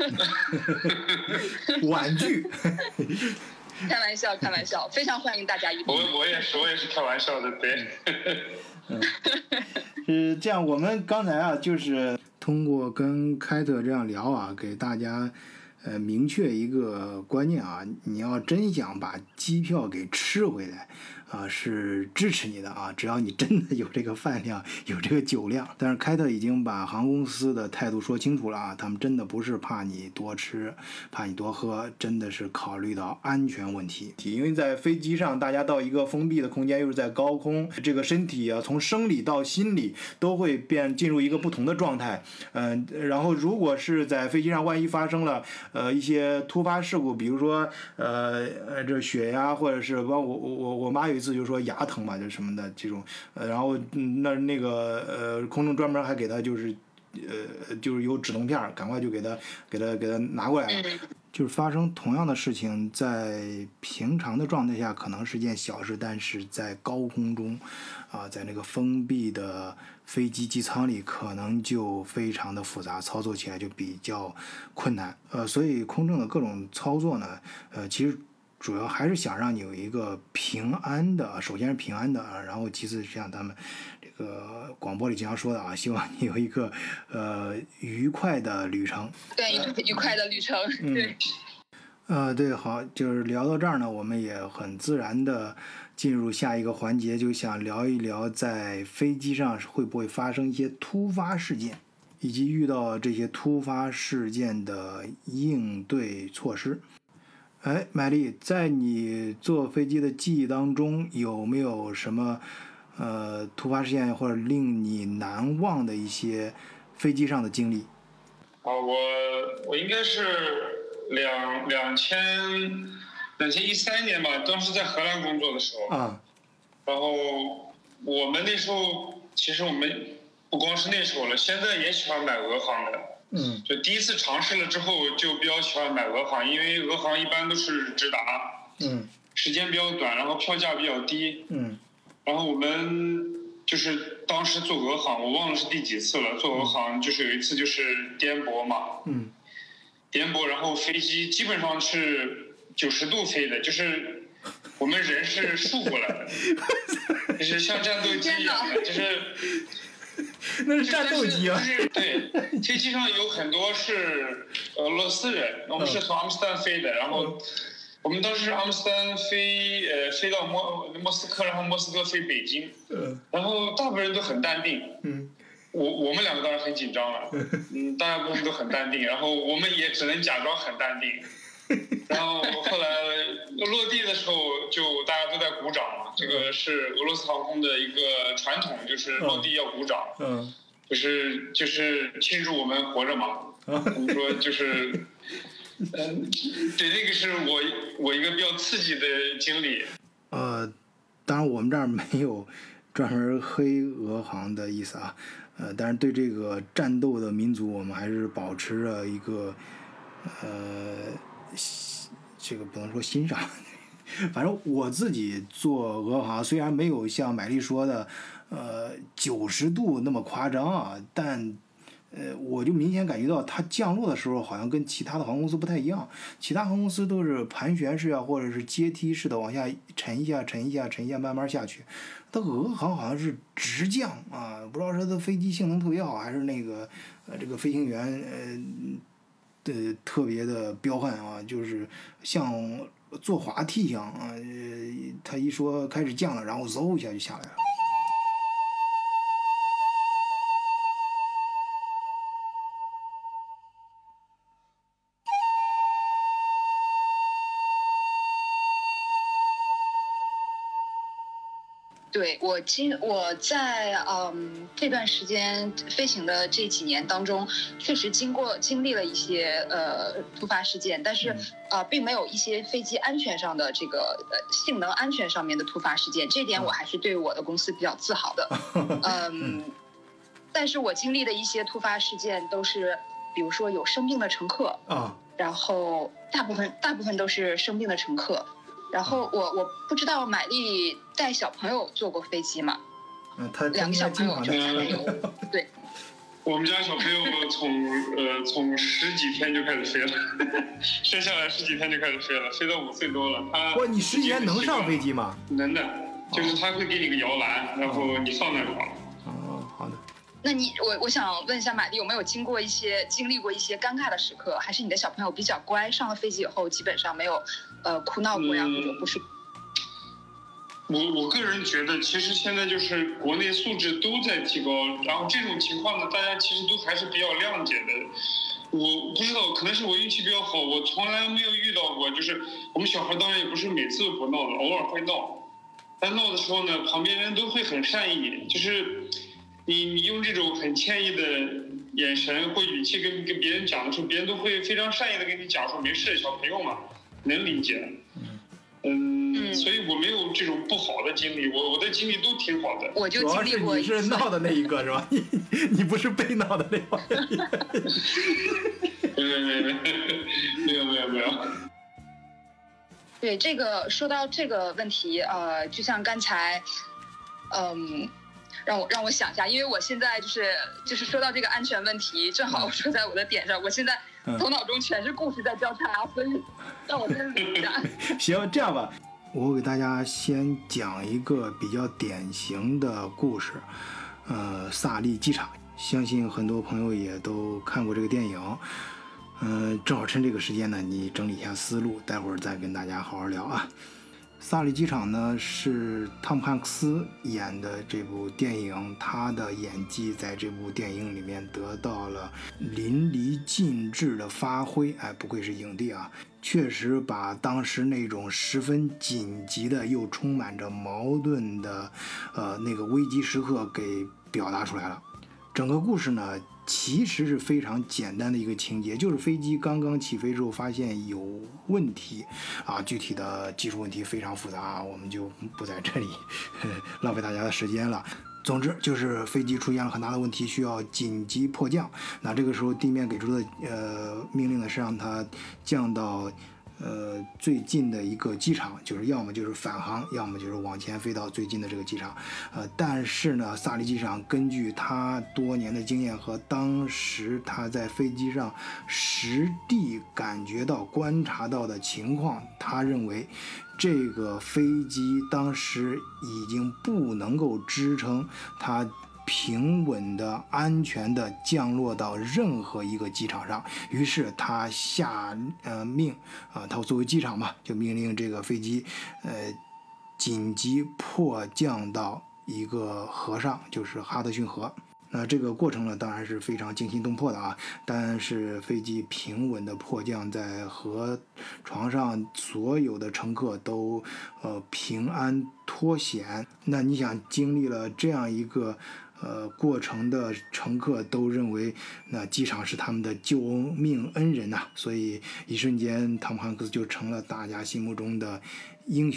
婉拒。 开玩笑开玩笑，非常欢迎大家一。 我我也是我也是开玩笑的，对。 嗯，是这样，我们刚才啊就是通过跟凯特这样聊啊，给大家呃明确一个观念啊，你要真想把机票给吃回来啊，是支持你的啊，只要你真的有这个饭量，有这个酒量。但是凯特已经把航空公司的态度说清楚了啊，他们真的不是怕你多吃，怕你多喝，真的是考虑到安全问题。因为在飞机上，大家到一个封闭的空间，又是在高空，这个身体啊，从生理到心理都会变进入一个不同的状态。嗯、呃，然后如果是在飞机上，万一发生了呃一些突发事故，比如说呃呃这血压，或者是包括我我我妈有一次就说牙疼嘛，就什么的这种，呃，然后那那个呃空乘专门还给他就是呃就是有止痛片，赶快就给他给他给他拿过来了。就是发生同样的事情，在平常的状态下可能是件小事，但是在高空中，啊，在那个封闭的飞机机舱里，可能就非常的复杂，操作起来就比较困难。呃，所以空乘的各种操作呢，呃，其实主要还是想让你有一个平安的，首先是平安的，然后其次是像他们这个广播里经常说的啊，希望你有一个呃愉快的旅程。 对，愉快的旅程。对。 呃，对，好，就是聊到这儿呢，我们也很自然的进入下一个环节，就想聊一聊在飞机上会不会发生一些突发事件，以及遇到这些突发事件的应对措施。哎，麦丽，在你坐飞机的记忆当中，有没有什么呃突发事件或者令你难忘的一些飞机上的经历？ 啊，我我应该是两两千两千一三年吧，当时在荷兰工作的时候啊， 然后我们那时候其实我们不光是那时候了，现在也喜欢买俄航的。 嗯， 就第一次尝试了之后，就比较喜欢买俄航，因为俄航一般都是直达， 嗯， 时间比较短，然后票价比较低， 嗯， 然后我们就是当时坐俄航，我忘了是第几次了，坐俄航就是有一次就是颠簸嘛， 嗯， 颠簸，然后飞机基本上是九十度飞的，就是我们人是竖过来的，就是像战斗机一样的，就是。 那是战斗机啊！ 就是对，飞机上有很多是俄罗斯人，我们是从阿姆斯特丹飞的，然后我们当时阿姆斯特丹飞呃飞到莫莫斯科，然后莫斯科飞北京，然后大部分人都很淡定， 嗯， 我我们两个当然很紧张了，嗯，大部分都很淡定，然后我们也只能假装很淡定。然后后来落地的时候，就大家都在鼓掌嘛。这个是俄罗斯航空的一个传统，就是落地要鼓掌， 嗯， 就是就是庆祝我们活着嘛。我们说就是，嗯，对，那个是我我一个比较刺激的经历。 呃，当然我们这儿没有专门黑俄航的意思啊。呃，但是对这个战斗的民族，我们还是保持着一个呃，这个不能说欣赏。反正我自己做俄航，虽然没有像买力说的，呃，九十度那么夸张啊，但，呃，我就明显感觉到它降落的时候好像跟其他的航空公司不太一样。其他航空公司都是盘旋式啊，或者是阶梯式的往下沉一下、沉一下、沉一下，慢慢下去。它俄航好像是直降啊，不知道是它飞机性能特别好，还是那个呃这个飞行员呃的特别的彪悍啊，就是像坐滑梯一样啊，呃，他一说开始降了，然后嗖一下就下来了。 对，我经我在嗯这段时间飞行的这几年当中，确实经过经历了一些呃突发事件，但是啊、呃、并没有一些飞机安全上的这个呃性能安全上面的突发事件，这点我还是对我的公司比较自豪的。嗯，但是我经历的一些突发事件都是，比如说有生病的乘客啊，然后大部分大部分都是生病的乘客。然后我我不知道买力带小朋友坐过飞机吗？ 嗯，他两个小朋友就还没有。对， 我们家小朋友从呃从十几天就开始飞了，生下来十几天就开始飞了，飞到五岁多了。他哇，你十几天能上飞机吗？ 能的，就是他会给你个摇篮，然后你放那就好了。 哦，好的。 那你我我想问一下，玛丽有没有经过一些经历过一些尴尬的时刻？还是你的小朋友比较乖，上了飞机以后基本上没有呃哭闹过呀，嗯、或者不是？ 我我个人觉得，其实现在就是国内素质都在提高，然后这种情况呢，大家其实都还是比较谅解的。我不知道，可能是我运气比较好，我从来没有遇到过，就是我们小孩当然也不是每次都不闹的，偶尔会闹，但闹的时候呢，旁边人都会很善意，就是。你你用这种很歉意的眼神或语气跟跟别人讲的时候，别人都会非常善意的跟你讲说没事，小朋友嘛，能理解。嗯，所以我没有这种不好的经历，我我的经历都挺好的。 我就经历过一次。 主要是你是闹的那一个是吧？你你不是被闹的那个。 没有没有没有没有没有。 对，这个说到这个问题，呃，就像刚才，嗯。让我让我想一下，因为我现在就是就是说到这个安全问题，正好说在我的点上，我现在头脑中全是故事在交叉，所以让我先理一下。 行，这样吧，我给大家先讲一个比较典型的故事，呃，萨利机场，相信很多朋友也都看过这个电影，嗯、呃，正好趁这个时间呢，你整理一下思路，待会儿再跟大家好好聊啊。萨利机场呢是汤姆汉克斯演的这部电影，他的演技在这部电影里面得到了淋漓尽致的发挥，哎，不愧是影帝啊，确实把当时那种十分紧急的又充满着矛盾的呃那个危机时刻给表达出来了。整个故事呢其实是非常简单的一个情节，就是飞机刚刚起飞之后发现有问题啊，具体的技术问题非常复杂，我们就不在这里呵呵浪费大家的时间了。总之就是飞机出现了很大的问题，需要紧急迫降。那这个时候地面给出的呃命令呢是让它降到呃最近的一个机场，就是要么就是返航，要么就是往前飞到最近的这个机场。呃，但是呢，萨利机场根据他多年的经验和当时他在飞机上实地感觉到、观察到的情况，他认为这个飞机当时已经不能够支撑它平稳的、安全的降落到任何一个机场上，于是他下呃命啊，他作为机场嘛，就命令这个飞机呃紧急迫降到一个河上，就是哈德逊河。那这个过程呢，当然是非常惊心动魄的啊！但是飞机平稳的迫降在河床上，所有的乘客都呃平安脱险。那你想，经历了这样一个呃过程的乘客都认为，那机场是他们的救命恩人呐、啊，所以一瞬间，汤姆汉克斯就成了大家心目中的英雄。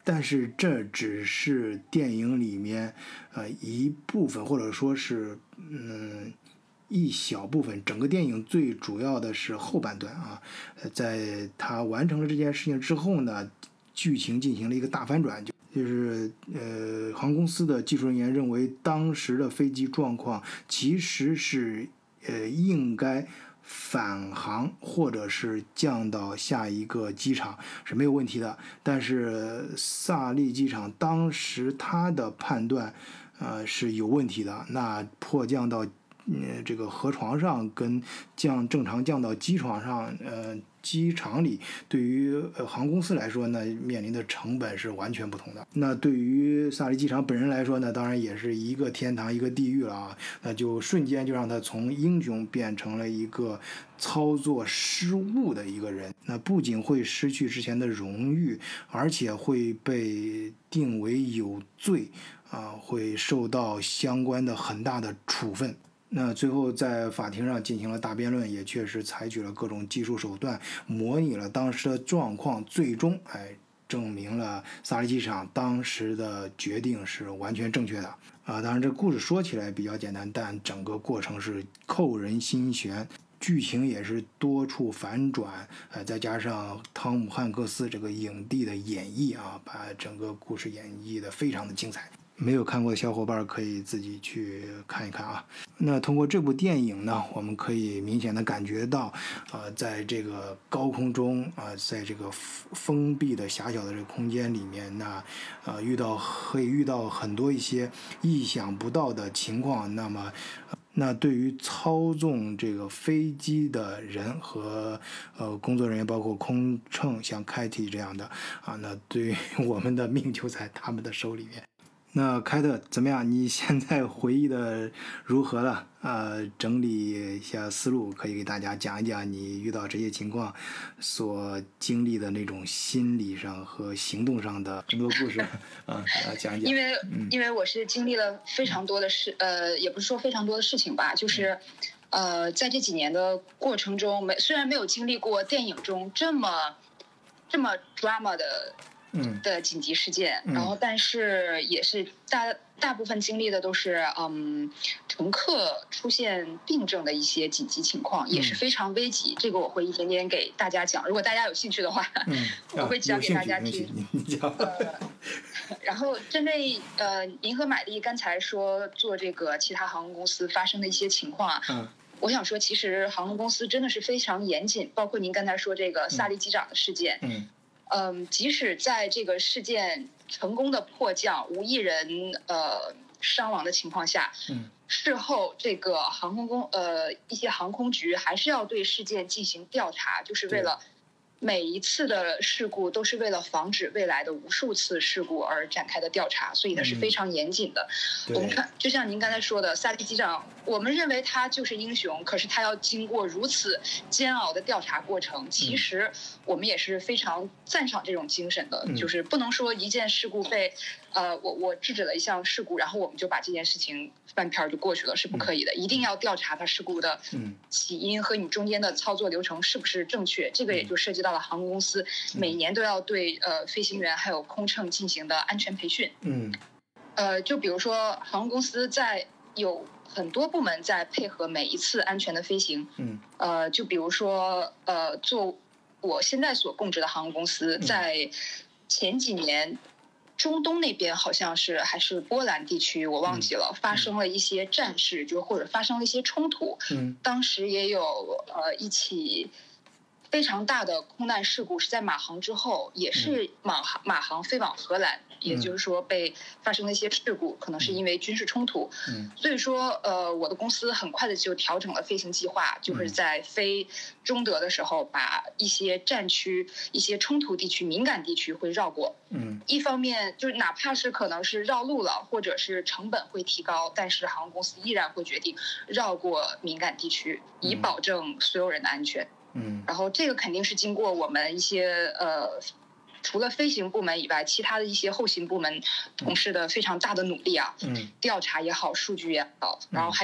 但是这只是电影里面呃一部分，或者说是嗯一小部分。整个电影最主要的是后半段啊，在他完成了这件事情之后呢，剧情进行了一个大反转，就就是呃航空公司的技术人员认为当时的飞机状况其实是呃应该返航或者是降到下一个机场是没有问题的，但是萨利机场当时他的判断呃是有问题的，那迫降到呃这个河床上跟降正常降到机床上，呃机场里对于呃航空公司来说呢，面临的成本是完全不同的。那对于萨利机场本人来说呢，当然也是一个天堂一个地狱了啊，那就瞬间就让他从英雄变成了一个操作失误的一个人。那不仅会失去之前的荣誉，而且会被定为有罪啊，会受到相关的很大的处分。那最后在法庭上进行了大辩论，也确实采取了各种技术手段，模拟了当时的状况，最终哎证明了萨利机场当时的决定是完全正确的啊。当然，这故事说起来比较简单，但整个过程是扣人心弦，剧情也是多处反转，呃，再加上汤姆汉克斯这个影帝的演绎啊，把整个故事演绎的非常的精彩。没有看过的小伙伴可以自己去看一看啊。那通过这部电影呢，我们可以明显的感觉到，呃，在这个高空中啊、呃，在这个封闭的狭小的这个空间里面，那呃遇到会遇到很多一些意想不到的情况。那么，呃、那对于操纵这个飞机的人和呃工作人员，包括空乘，像凯蒂这样的啊，那对于我们的命就在他们的手里面。那凯特怎么样？你现在回忆的如何了？呃，整理一下思路，可以给大家讲一讲你遇到这些情况所经历的那种心理上和行动上的很多故事啊，讲一讲。 因为、嗯、因为我是经历了非常多的事，呃，也不是说非常多的事情吧，就是。呃，在这几年的过程中，没虽然没有经历过电影中这么这么 drama 的。 嗯的紧急事件， 嗯、 然后但是也是大大部分经历的都是嗯乘客出现病症的一些紧急情况， 嗯、 也是非常危急。这个我会一点点给大家讲，如果大家有兴趣的话， 嗯、 我会讲给大家听。 呃、 然后针对呃您和买丽刚才说做这个其他航空公司发生的一些情况啊。 嗯我想说，其实航空公司真的是非常严谨，包括您刚才说这个萨利机长的事件。 嗯嗯，即使在这个事件成功的迫降，无一人呃伤亡的情况下， 嗯， 事后这个航空公呃一些航空局还是要对事件进行调查，就是为了每一次的事故都是为了防止未来的无数次事故而展开的调查，所以它是非常严谨的。 嗯、 我们看，就像您刚才说的，萨利机长，我们认为他就是英雄，可是他要经过如此煎熬的调查过程，其实我们也是非常赞赏这种精神的， 嗯、 就是不能说一件事故被，呃，我我制止了一项事故，然后我们就把这件事情翻篇就过去了，是不可以的， 嗯、 一定要调查它事故的起因和你中间的操作流程是不是正确，这个也就涉及到了航空公司每年都要对呃飞行员还有空乘进行的安全培训。 嗯， 呃，就比如说航空公司在有很多部门在配合每一次安全的飞行。 嗯， 呃，就比如说呃，做我现在所供职的航空公司，在前几年。中东那边好像是还是波兰地区，我忘记了，嗯、发生了一些战事，就或者发生了一些冲突。 嗯， 当时也有呃一起非常大的空难事故，是在马航之后，也是马航马航飞往荷兰，嗯、也就是说被发生了一些事故，可能是因为军事冲突。 嗯， 所以说呃我的公司很快的就调整了飞行计划，就是在飞中德的时候，把一些战区、一些冲突地区、敏感地区会绕过。 嗯， 一方面就是哪怕是可能是绕路了，或者是成本会提高，但是航空公司依然会决定绕过敏感地区，以保证所有人的安全。 嗯， 然后这个肯定是经过我们一些呃，除了飞行部门以外，其他的一些后勤部门同事的非常大的努力啊。 嗯， 调查也好，数据也好，然后还有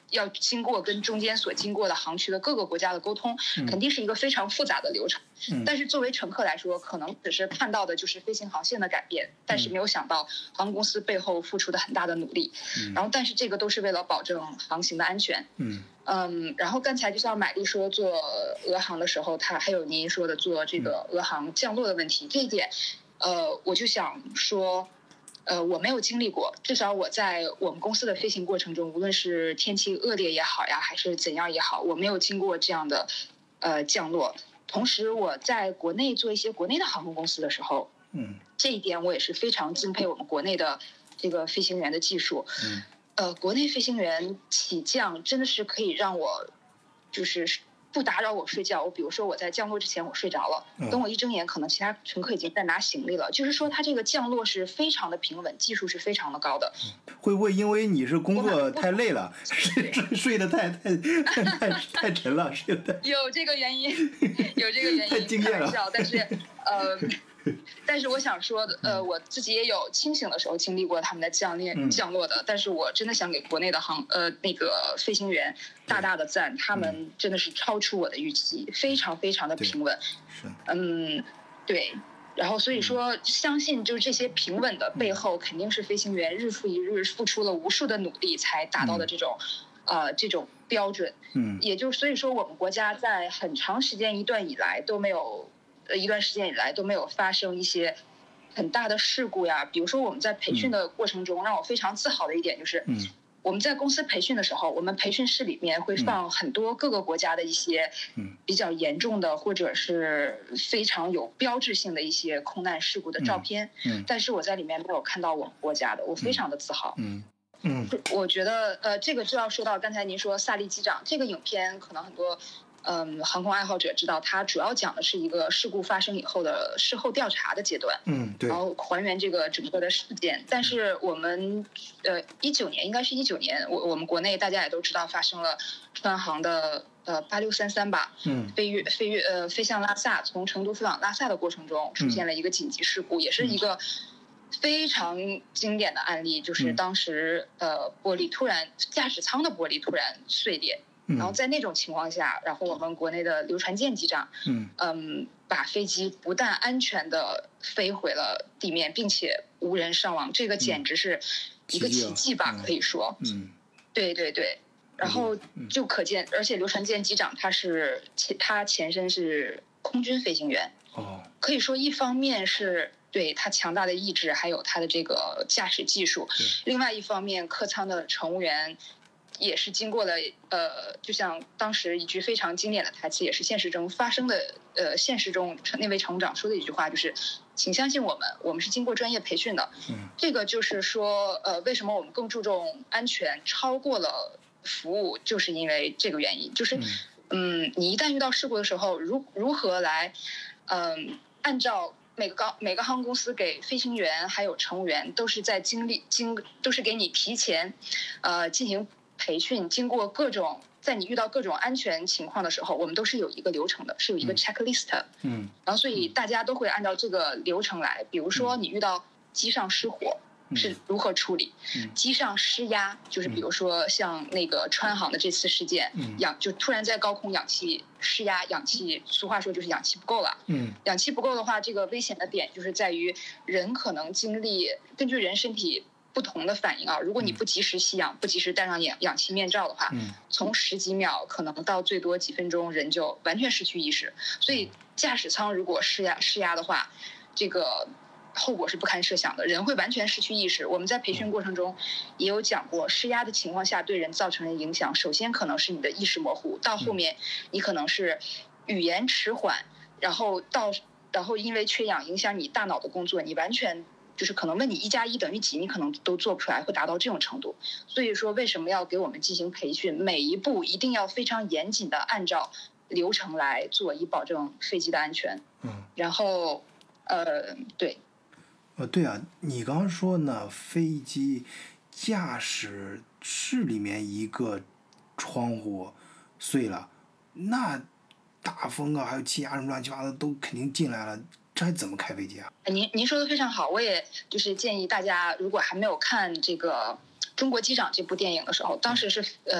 要经过跟中间所经过的航区的各个国家的沟通， 嗯、 肯定是一个非常复杂的流程。 嗯、 但是作为乘客来说，可能只是看到的就是飞行航线的改变，但是没有想到航空公司背后付出的很大的努力。 嗯、 然后，但是这个都是为了保证航行的安全。 嗯嗯，然后刚才就像玛丽说做俄航的时候，她还有您说的做这个俄航降落的问题，这一点，呃，我就想说。呃，我没有经历过，至少我在我们公司的飞行过程中，无论是天气恶劣也好呀，还是怎样也好，我没有经过这样的呃降落。同时，我在国内做一些国内的航空公司的时候， 嗯， 这一点我也是非常敬佩我们国内的这个飞行员的技术。 嗯， 呃，国内飞行员起降真的是可以让我就是不打扰我睡觉。我比如说我在降落之前我睡着了，等我一睁眼，可能其他乘客已经在拿行李了。就是说，它这个降落是非常的平稳，技术是非常的高的。 会不会因为你是工作太累了，睡睡得太太太太太沉了，睡得有这个原因，有这个原因， 太敬业了。 开玩笑，但是呃。但是我想说的，呃，我自己也有清醒的时候经历过他们的降落、嗯、降落的，但是我真的想给国内的航呃那个飞行员大大的赞，他们真的是超出我的预期，嗯、非常非常的平稳。 是， 嗯，对。然后所以说，相信就是这些平稳的背后，肯定是飞行员日复一日付出了无数的努力才达到的这种，嗯、呃这种标准。 嗯， 也就所以说，我们国家在很长时间一段以来都没有。一段时间以来都没有发生一些很大的事故呀。比如说我们在培训的过程中，嗯、让我非常自豪的一点就是， 嗯、 我们在公司培训的时候，我们培训室里面会放很多各个国家的一些比较严重的、嗯、或者是非常有标志性的一些空难事故的照片。 嗯嗯、 但是我在里面没有看到我们国家的，我非常的自豪。 嗯嗯， 我觉得呃，这个就要说到刚才您说萨利机长这个影片，可能很多。嗯，航空爱好者知道，它主要讲的是一个事故发生以后的事后调查的阶段， 嗯，对， 然后还原这个整个的事件。但是我们呃一九年，应该是一九年，我我们国内大家也都知道发生了川航的呃八六三三吧， 嗯， 飞越飞越呃飞向拉萨，从成都飞往拉萨的过程中出现了一个紧急事故，嗯、也是一个非常经典的案例，就是当时、嗯、呃玻璃突然驾驶舱的玻璃突然碎裂。然后在那种情况下，然后我们国内的刘传健机长， 嗯嗯，把飞机不但安全的飞回了地面，并且无人伤亡，这个简直是一个奇迹吧， 嗯、 可以说。 嗯， 对对对，然后就可见，而且刘传健机长他是他前身是空军飞行员， 哦， 可以说一方面是对他强大的意志，还有他的这个驾驶技术，另外一方面客舱的乘务员。也是经过了呃，就像当时一句非常经典的台词，也是现实中发生的。呃，现实中那位乘务长说的一句话就是：“请相信我们，我们是经过专业培训的。” 嗯， 这个就是说，呃，为什么我们更注重安全，超过了服务，就是因为这个原因。就是，嗯，嗯你一旦遇到事故的时候，如如何来，嗯、呃，按照。每个高每个航空公司给飞行员还有乘务员都是在经历经都是给你提前，呃进行培训，经过各种在你遇到各种安全情况的时候，我们都是有一个流程的，是有一个 checklist。 嗯， 然后所以大家都会按照这个流程来。比如说你遇到机上失火。是如何处理？ 嗯、 机上失压，就是比如说像那个川航的这次事件， 嗯、 氧就突然在高空氧气失压，氧气俗话说就是氧气不够了。 嗯， 氧气不够的话，这个危险的点就是在于人可能经历根据人身体不同的反应啊，如果你不及时吸氧，不及时戴上氧氧气面罩的话， 嗯、 从十几秒可能到最多几分钟，人就完全失去意识。所以驾驶舱如果失压失压的话，这个。后果是不堪设想的，人会完全失去意识。我们在培训过程中也有讲过，失压的情况下对人造成的影响，首先可能是你的意识模糊，到后面你可能是语言迟缓，然后到然后因为缺氧影响你大脑的工作，你完全就是可能问你一加一等于几，你可能都做不出来，会达到这种程度。所以说为什么要给我们进行培训，每一步一定要非常严谨的按照流程来做，以保证飞机的安全。 嗯， 然后呃对。 呃，对啊，你刚刚说呢，飞机驾驶室里面一个窗户碎了，那大风啊，还有气压什么乱七八糟都肯定进来了，这还怎么开飞机啊？ 您您说的非常好，我也就是建议大家，如果还没有看这个《中国机长》这部电影的时候，当时是呃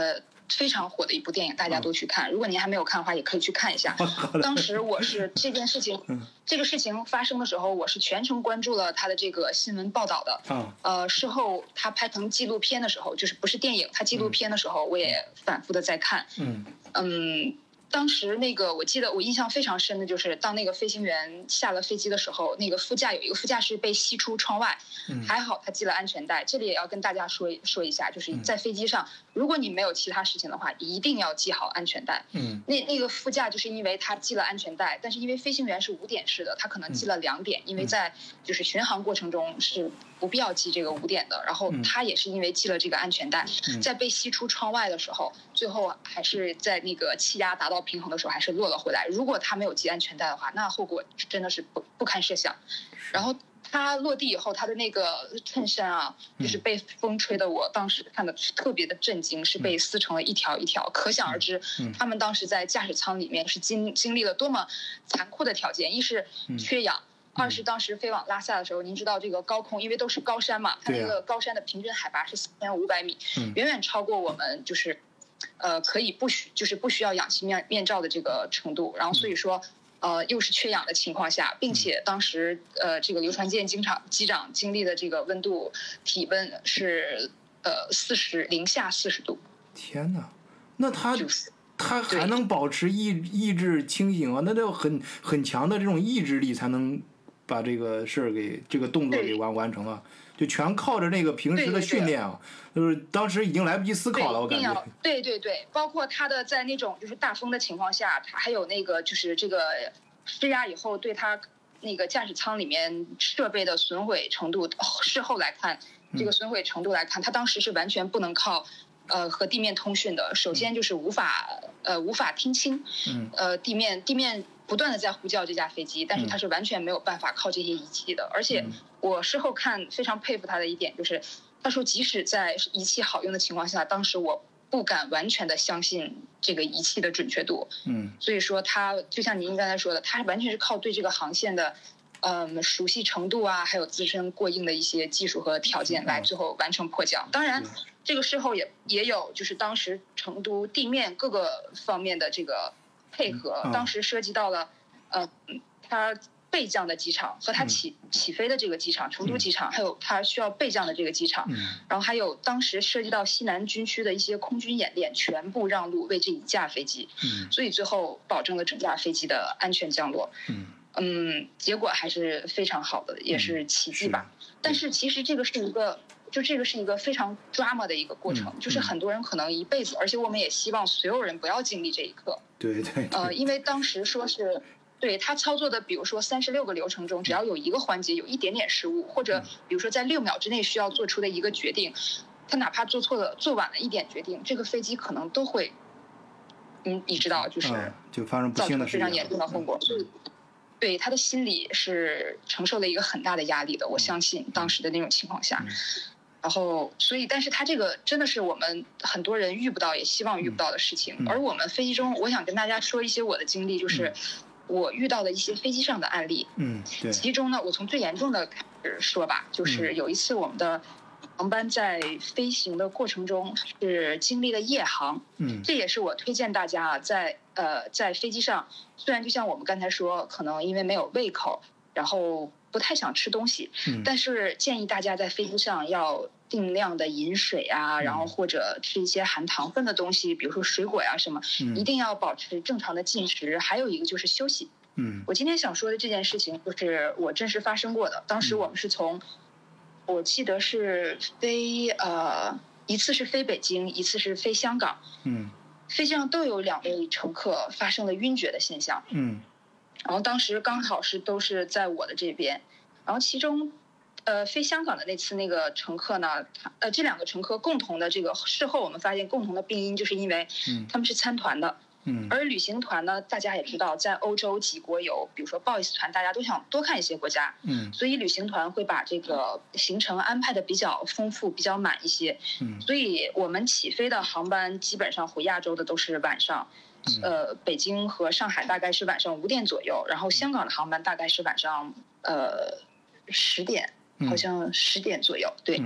非常火的一部电影，大家都去看。如果您还没有看的话，也可以去看一下。当时我是这件事情，这个事情发生的时候，我是全程关注了他的这个新闻报道的。呃，事后他拍成纪录片的时候，就是不是电影，他纪录片的时候，我也反复的在看。嗯嗯。当时那个我记得我印象非常深的就是当那个飞行员下了飞机的时候，那个副驾有一个副驾驶被吸出窗外，嗯、还好他系了安全带。这里也要跟大家说说一下，就是在飞机上，嗯、如果你没有其他事情的话，一定要系好安全带。嗯，那那个副驾就是因为他系了安全带，但是因为飞行员是五点式的，他可能系了两点，嗯、因为在就是巡航过程中是不必要系这个五点的。然后他也是因为系了这个安全带，嗯、在被吸出窗外的时候，最后还是在那个气压达到平衡的时候还是落了回来。如果他没有系安全带的话，那后果真的是不不堪设想。然后他落地以后，他的那个衬衫啊，就是被风吹的，我当时看的特别的震惊，是被撕成了一条一条。可想而知，他们当时在驾驶舱里面是经经历了多么残酷的条件，一是缺氧。二是当时飞往拉萨的时候，您知道这个高空，因为都是高山嘛，它那个高山的平均海拔是四千五百米，远远超过我们就是。呃，可以不需就是不需要氧气面面罩的这个程度，然后所以说，呃，又是缺氧的情况下，并且当时呃这个刘传健机长机长经历的这个温度体温是呃四十零下四十度。 天哪，那他、就是、他还能保持意意志清醒啊？那得有很很强的这种意志力才能把这个事儿给这个动作给完完成啊。就全靠着那个平时的训练啊，对对对，就是当时已经来不及思考了，我感觉。 对对对，包括他的在那种就是大风的情况下，他还有那个就是这个施压以后对他那个驾驶舱里面设备的损毁程度，事后来看这个损毁程度来看，他当时是完全不能靠呃和地面通讯的。首先就是无法呃无法听清，呃地面地面。不断的在呼叫这架飞机，但是他是完全没有办法靠这些仪器的。而且我事后看非常佩服他的一点就是，他说即使在仪器好用的情况下，当时我不敢完全的相信这个仪器的准确度。嗯，所以说他就像您刚才说的，他完全是靠对这个航线的，嗯，熟悉程度啊，还有自身过硬的一些技术和条件来最后完成迫降。当然，这个事后也也有就是当时成都地面各个方面的这个。配合当时涉及到了，呃，他备降的机场和他起起飞的这个机场，成都机场，还有他需要备降的这个机场，然后还有当时涉及到西南军区的一些空军演练，全部让路为这一架飞机，所以最后保证了整架飞机的安全降落。嗯，结果还是非常好的，也是奇迹吧。但是其实这个是一个。就这个是一个非常 drama 的一个过程，嗯、就是很多人可能一辈子，而且我们也希望所有人不要经历这一刻。 对 对, 对。 呃，因为当时说是，对他操作的，比如说三十六个流程中，只要有一个环节有一点点失误，或者比如说在六秒之内需要做出的一个决定，他哪怕做错了、做晚了一点决定，这个飞机可能都会，嗯，你知道，就是、 嗯、就发生不幸的事情， 非常严重的后果。嗯对他的心理是承受了一个很大的压力的，我相信当时的那种情况下。嗯然后，所以，但是他这个真的是我们很多人遇不到，也希望遇不到的事情。嗯、而我们飞机中，我想跟大家说一些我的经历，就是我遇到的一些飞机上的案例。嗯，对。其中呢，我从最严重的开始说吧，就是有一次我们的航班在飞行的过程中是经历了夜航。嗯，这也是我推荐大家啊，在呃在飞机上，虽然就像我们刚才说，可能因为没有胃口，然后。不太想吃东西，嗯、但是建议大家在飞机上要定量的饮水啊，嗯、然后或者吃一些含糖分的东西，比如说水果呀、啊、什么，嗯、一定要保持正常的进食。还有一个就是休息。嗯，我今天想说的这件事情就是我真实发生过的。当时我们是从，嗯、我记得是飞呃一次是飞北京，一次是飞香港。嗯，飞机上都有两位乘客发生了晕厥的现象。嗯。然后当时刚好是都是在我的这边，然后其中，呃，飞香港的那次那个乘客呢，他呃这两个乘客共同的这个事后我们发现共同的病因就是因为，他们是参团的，嗯，而旅行团呢，大家也知道，在欧洲几国有，比如说 boys 团，大家都想多看一些国家，嗯，所以旅行团会把这个行程安排的比较丰富、比较满一些，嗯，所以我们起飞的航班基本上回亚洲的都是晚上。呃，北京和上海大概是晚上五点左右，然后香港的航班大概是晚上呃十点，好像十点左右。对，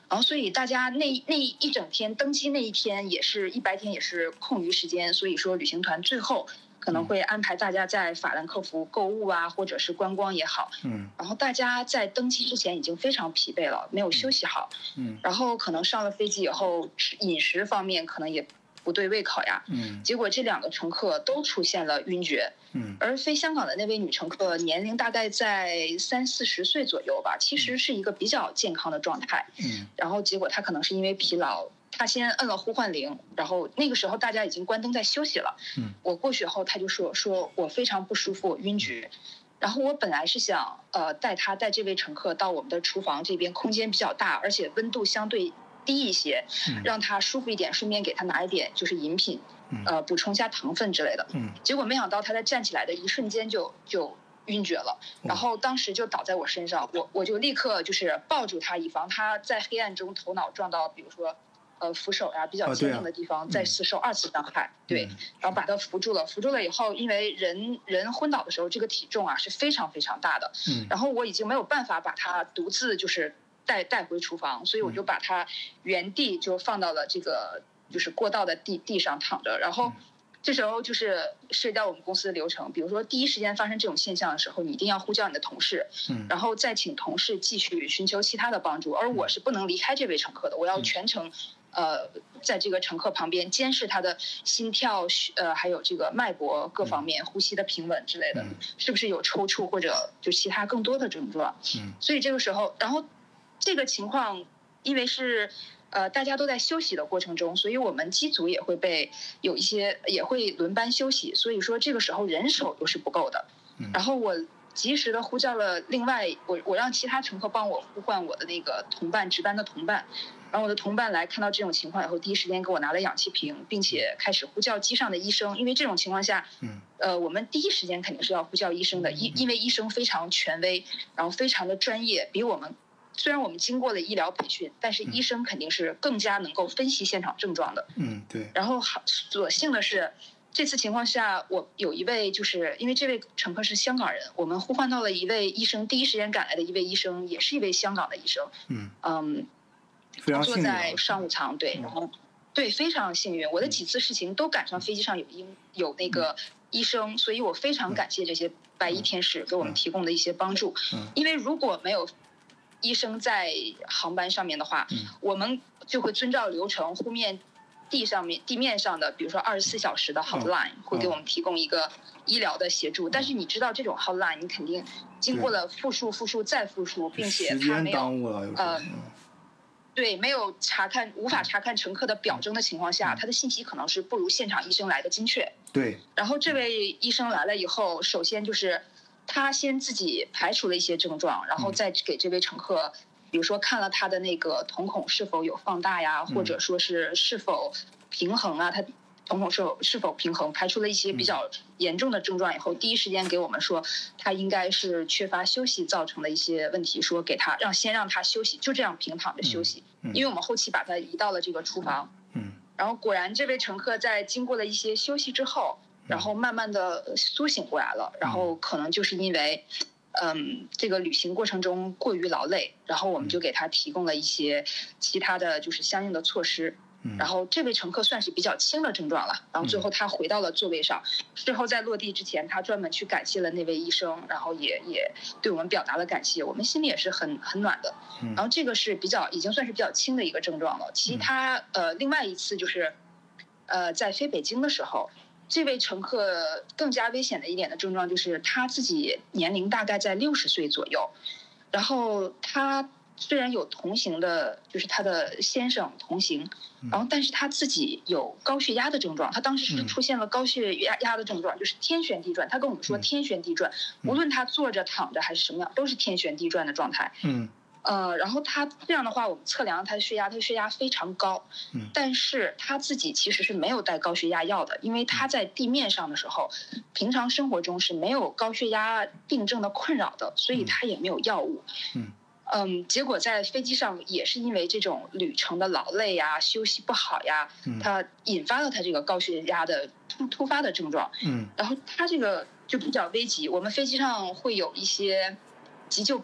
然后所以大家那那一整天登机那一天也是一白天也是空余时间，所以说旅行团最后可能会安排大家在法兰克福购物啊，或者是观光也好， 嗯， 然后大家在登机之前已经非常疲惫了，没有休息好， 嗯， 然后可能上了飞机以后饮食方面可能也不对胃口呀， 嗯， 结果这两个乘客都出现了晕厥， 嗯， 而飞香港的那位女乘客年龄大概在三四十岁左右吧，其实是一个比较健康的状态， 嗯， 然后结果她可能是因为疲劳。他先摁了呼唤铃，然后那个时候大家已经关灯在休息了。 嗯， 我过去后，他就说说我非常不舒服，我晕厥。然后我本来是想呃带他带这位乘客到我们的厨房这边，空间比较大，而且温度相对低一些， 嗯、 让他舒服一点，顺便给他拿一点就是饮品， 嗯、 呃补充一下糖分之类的。 嗯， 结果没想到他在站起来的一瞬间就就晕厥了，然后当时就倒在我身上，我我就立刻就是抱住他，以防他在黑暗中头脑撞到，比如说。呃，扶手呀、啊，比较坚硬的地方，再次受二次伤害。 嗯、 对，然后把他扶住了，扶住了以后，因为人人昏倒的时候，这个体重啊是非常非常大的。 嗯。 然后我已经没有办法把他独自就是带带回厨房，所以我就把他原地就放到了这个就是过道的地地上躺着，然后。这时候就是涉及到我们公司的流程，比如说第一时间发生这种现象的时候，你一定要呼叫你的同事， 嗯， 然后再请同事继续寻求其他的帮助，而我是不能离开这位乘客的，我要全程，呃，在这个乘客旁边监视他的心跳，呃，还有这个脉搏各方面，呼吸的平稳之类的，是不是有抽搐或者就其他更多的症状， 嗯， 所以这个时候，然后这个情况因为是。呃，大家都在休息的过程中，所以我们机组也会被有一些也会轮班休息，所以说这个时候人手又是不够的。然后我及时的呼叫了另外，我我让其他乘客帮我呼唤我的那个同伴，值班的同伴。然后我的同伴来看到这种情况以后，第一时间给我拿了氧气瓶，并且开始呼叫机上的医生，因为这种情况下，呃，我们第一时间肯定是要呼叫医生的，因因为医生非常权威，然后非常的专业，比我们。虽然我们经过了医疗培训，但是医生肯定是更加能够分析现场症状的。 嗯，对。 然后好，所幸的是，这次情况下，我有一位就是因为这位乘客是香港人，我们呼唤到了一位医生，第一时间赶来的一位医生，也是一位香港的医生。 嗯嗯， 非常幸运。 坐在商务舱，对，然后对，非常幸运。我的几次事情都赶上飞机上有医有那个医生，所以我非常感谢这些白衣天使给我们提供的一些帮助。 嗯， 因为如果没有医生在航班上面的话， 嗯、 我们就会遵照流程，后面地上面地面上的，比如说二十四小时的 hotline、嗯、会给我们提供一个医疗的协助。嗯、但是你知道这种 hotline， 你肯定经过了复述、复述再复述，并且它没有呃，对，没有查看无法查看乘客的表征的情况下，他的信息可能是不如现场医生来的精确。 对。 然后这位医生来了以后，首先就是。他先自己排除了一些症状，然后再给这位乘客，比如说看了他的那个瞳孔是否有放大呀，或者说是是否平衡啊，他瞳孔是否是否平衡，排除了一些比较严重的症状以后，第一时间给我们说他应该是缺乏休息造成的一些问题，说给他让先让他休息，就这样平躺着休息，因为我们后期把他移到了这个厨房， 嗯， 然后果然这位乘客在经过了一些休息之后。然后慢慢的苏醒过来了，然后可能就是因为，嗯，这个旅行过程中过于劳累，然后我们就给他提供了一些其他的就是相应的措施，然后这位乘客算是比较轻的症状了，然后最后他回到了座位上，事后在落地之前，他专门去感谢了那位医生，然后也也对我们表达了感谢，我们心里也是很很暖的，然后这个是比较已经算是比较轻的一个症状了，其他呃另外一次就是，呃在飞北京的时候。这位乘客更加危险的一点的症状就是他自己年龄大概在六十岁左右，然后他虽然有同行的，就是他的先生同行，然后但是他自己有高血压的症状，他当时是出现了高血压压的症状，就是天旋地转。他跟我们说天旋地转，无论他坐着躺着还是什么样，都是天旋地转的状态。 嗯。 呃，然后他这样的话，我们测量他的血压，他的血压非常高， 嗯， 但是他自己其实是没有带高血压药的，因为他在地面上的时候，平常生活中是没有高血压病症的困扰的，所以他也没有药物， 嗯嗯，结果在飞机上也是因为这种旅程的劳累呀、休息不好呀，他引发了他这个高血压的突突发的症状， 嗯， 然后他这个就比较危急，我们飞机上会有一些急救包。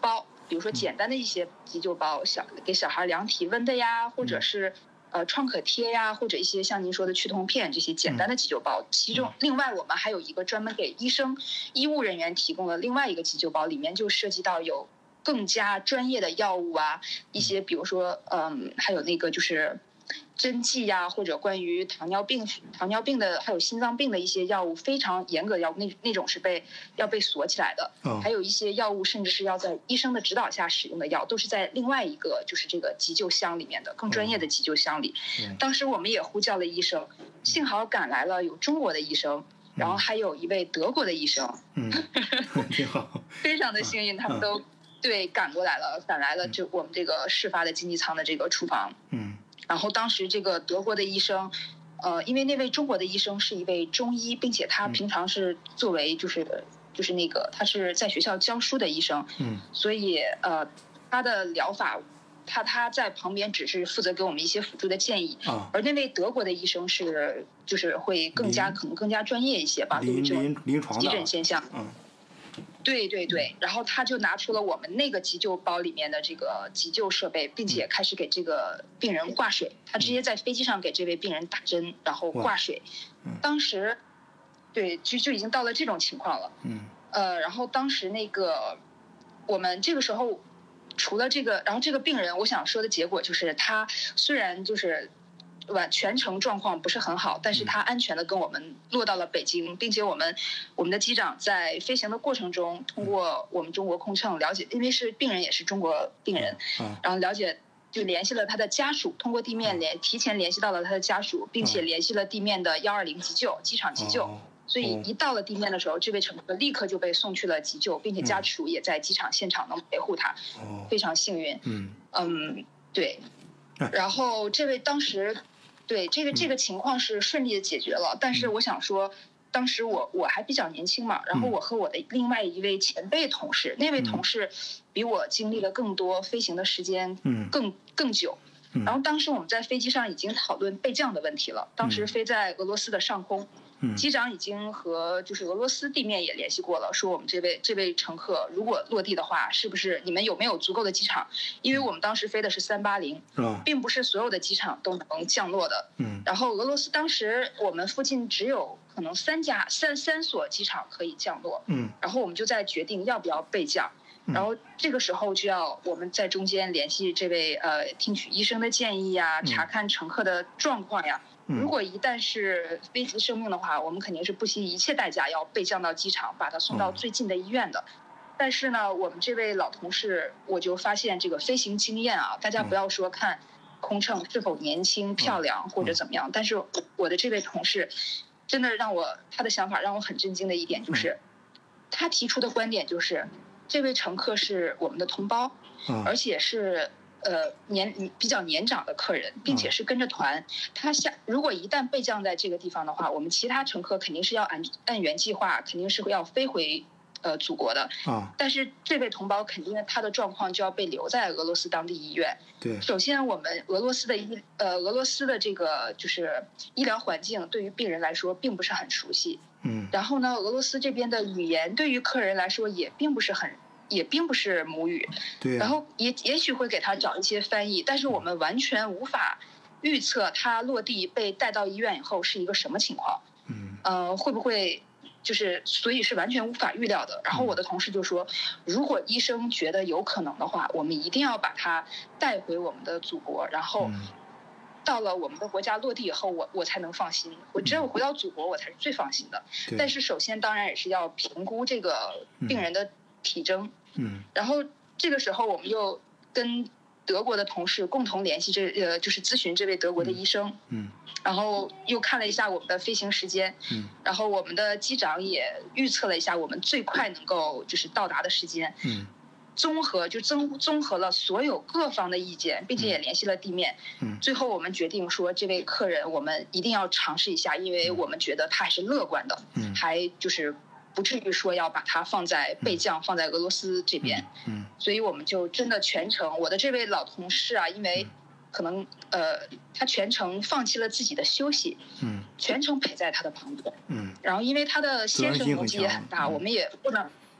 比如说简单的一些急救包，小给小孩量体温的呀，或者是呃创可贴呀，或者一些像您说的去痛片这些简单的急救包。其中另外我们还有一个专门给医生、医务人员提供了另外一个急救包，里面就涉及到有更加专业的药物啊，一些比如说嗯还有那个就是针剂呀、啊，或者关于糖尿病、糖尿病的，还有心脏病的一些药物，非常严格的药物，那那种是被要被锁起来的。 哦、 还有一些药物，甚至是要在医生的指导下使用的药，都是在另外一个就是这个急救箱里面的，更专业的急救箱里。 哦、 当时我们也呼叫了医生，幸好赶来了有中国的医生，然后还有一位德国的医生， 嗯，挺好， 非常的幸运，他们都、嗯、对赶过来了，赶来了就我们这个事发的经济舱的这个厨房。 嗯。 然后当时这个德国的医生，呃，因为那位中国的医生是一位中医，并且他平常是作为就是、嗯、就是那个他是在学校教书的医生， 嗯， 所以呃他的疗法，他他在旁边只是负责给我们一些辅助的建议， 啊， 而那位德国的医生是就是会更加可能更加专业一些吧，对于这种急诊现象， 嗯。 对对对，然后他就拿出了我们那个急救包里面的这个急救设备，并且开始给这个病人挂水。他直接在飞机上给这位病人打针，然后挂水。当时，对，就就已经到了这种情况了。 嗯。 呃，然后当时那个我们这个时候，除了这个，然后这个病人，我想说的结果就是，他虽然就是完全程状况不是很好，但是他安全的跟我们落到了北京，并且我们我们的机长在飞行的过程中，通过我们中国空乘了解，因为是病人也是中国病人，然后了解就联系了他的家属，通过地面联提前联系到了他的家属，并且联系了地面的幺二零急救机场急救，所以一到了地面的时候，这位乘客立刻就被送去了急救，并且家属也在机场现场能陪护他，非常幸运。 嗯嗯，对。然后这位当时。对这个这个情况是顺利的解决了，但是我想说，当时我我还比较年轻嘛，然后我和我的另外一位前辈同事，那位同事比我经历了更多，飞行的时间更更久，然后当时我们在飞机上已经讨论备降的问题了，当时飞在俄罗斯的上空。机长已经和就是俄罗斯地面也联系过了，说我们这位这位乘客如果落地的话，是不是你们有没有足够的机场？因为我们当时飞的是三八零，并不是所有的机场都能降落的。 嗯。 然后俄罗斯当时我们附近只有可能三家三三所机场可以降落。 嗯。 然后我们就在决定要不要备降。然后这个时候就要我们在中间联系这位呃，听取医生的建议呀，查看乘客的状况呀。如果一旦是危及生命的话，我们肯定是不惜一切代价要备降到机场，把他送到最近的医院的。但是呢，我们这位老同事，我就发现这个飞行经验啊，大家不要说看空乘是否年轻漂亮或者怎么样，但是我的这位同事，真的让我他的想法让我很震惊的一点就是，他提出的观点就是，这位乘客是我们的同胞，而且是。呃，年比较年长的客人，并且是跟着团，他下如果一旦备降在这个地方的话，我们其他乘客肯定是要按按原计划，肯定是要飞回呃祖国的。 啊， 但是这位同胞肯定他的状况就要被留在俄罗斯当地医院。 对， 首先我们俄罗斯的医呃俄罗斯的这个就是医疗环境对于病人来说并不是很熟悉。 嗯。 然后呢，俄罗斯这边的语言对于客人来说也并不是很。也并不是母语， 对、啊， 然后也也许会给他找一些翻译，但是我们完全无法预测他落地被带到医院以后是一个什么情况， 嗯， 呃，会不会就是所以是完全无法预料的。然后我的同事就说，如果医生觉得有可能的话，我们一定要把他带回我们的祖国，然后到了我们的国家落地以后，我我才能放心。我只有回到祖国，我才是最放心的。但是首先当然也是要评估这个病人的体征。 嗯， 然后这个时候我们又跟德国的同事共同联系这呃，就是咨询这位德国的医生， 嗯， 然后又看了一下我们的飞行时间， 嗯， 然后我们的机长也预测了一下我们最快能够就是到达的时间， 嗯， 综合就综综合了所有各方的意见，并且也联系了地面， 嗯， 最后我们决定说这位客人我们一定要尝试一下，因为我们觉得他还是乐观的， 嗯， 还就是不至于说要把它放在备降，放在俄罗斯这边， 嗯， 所以我们就真的全程，我的这位老同事啊，因为可能呃，他全程放弃了自己的休息， 嗯， 全程陪在他的旁边， 嗯， 然后因为他的先生年纪也很大，我们也不能。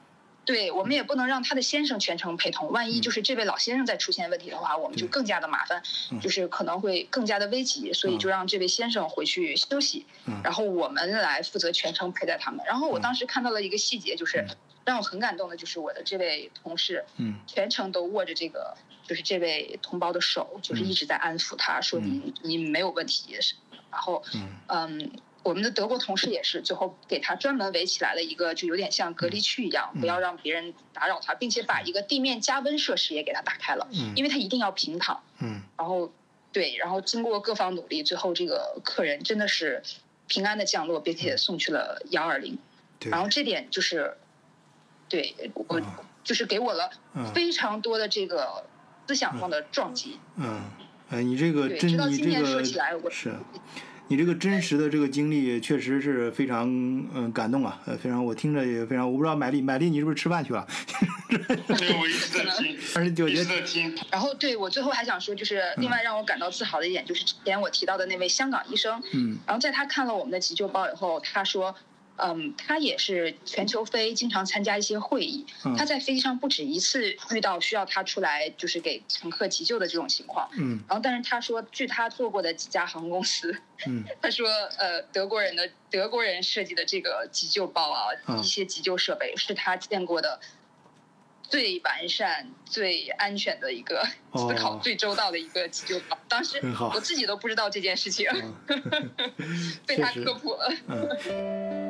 对，我们也不能让他的先生全程陪同，万一就是这位老先生再出现问题的话，我们就更加的麻烦，就是可能会更加的危急，所以就让这位先生回去休息，然后我们来负责全程陪在他们。然后我当时看到了一个细节，就是让我很感动的，就是我的这位同事，嗯，全程都握着这个就是这位同胞的手，就是一直在安抚他，说你你没有问题，然后嗯。我们的德国同事也是，最后给他专门围起来了一个，就有点像隔离区一样，不要让别人打扰他，并且把一个地面加温设施也给他打开了，因为他一定要平躺。嗯，然后，对，然后经过各方努力，最后这个客人真的是平安的降落，并且送去了幺二零。然后这点就是，对我就是给我了非常多的这个思想上的撞击。 嗯，哎，你这个真， 直到今年说你起来，我是。你这个真实的这个经历确实是非常嗯感动啊，呃，非常我听着也非常，我不知道买丽买丽你是不是吃饭去了？ 对，我一直在听，一直在听。 然后对我最后还想说，就是另外让我感到自豪的一点，就是之前我提到的那位香港医生，嗯，然后在他看了我们的急救包以后，他说。嗯，他也是全球飞，经常参加一些会议。嗯、他在飞机上不止一次遇到需要他出来，就是给乘客急救的这种情况。嗯，然后但是他说，据他做过的几家航空公司，嗯，他说，呃，德国人的德国人设计的这个急救包啊，嗯、一些急救设备是他见过的最完善、最安全的一个、哦、思考最周到的一个急救包。当时我自己都不知道这件事情，嗯、被他科普了。嗯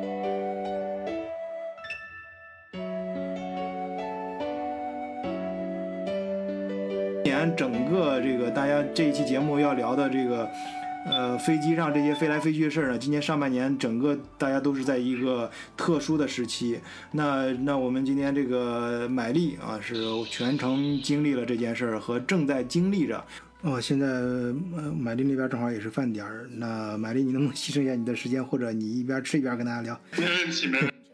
整个这个大家这一期节目要聊的这个呃飞机上这些飞来飞去的事儿呢，今年上半年整个大家都是在一个特殊的时期。那那我们今天这个买丽啊是全程经历了这件事儿和正在经历着。哦，现在呃买丽那边正好也是饭点儿，那买丽你能不能牺牲一下你的时间，或者你一边吃一边跟大家聊？ 没问题，没问题。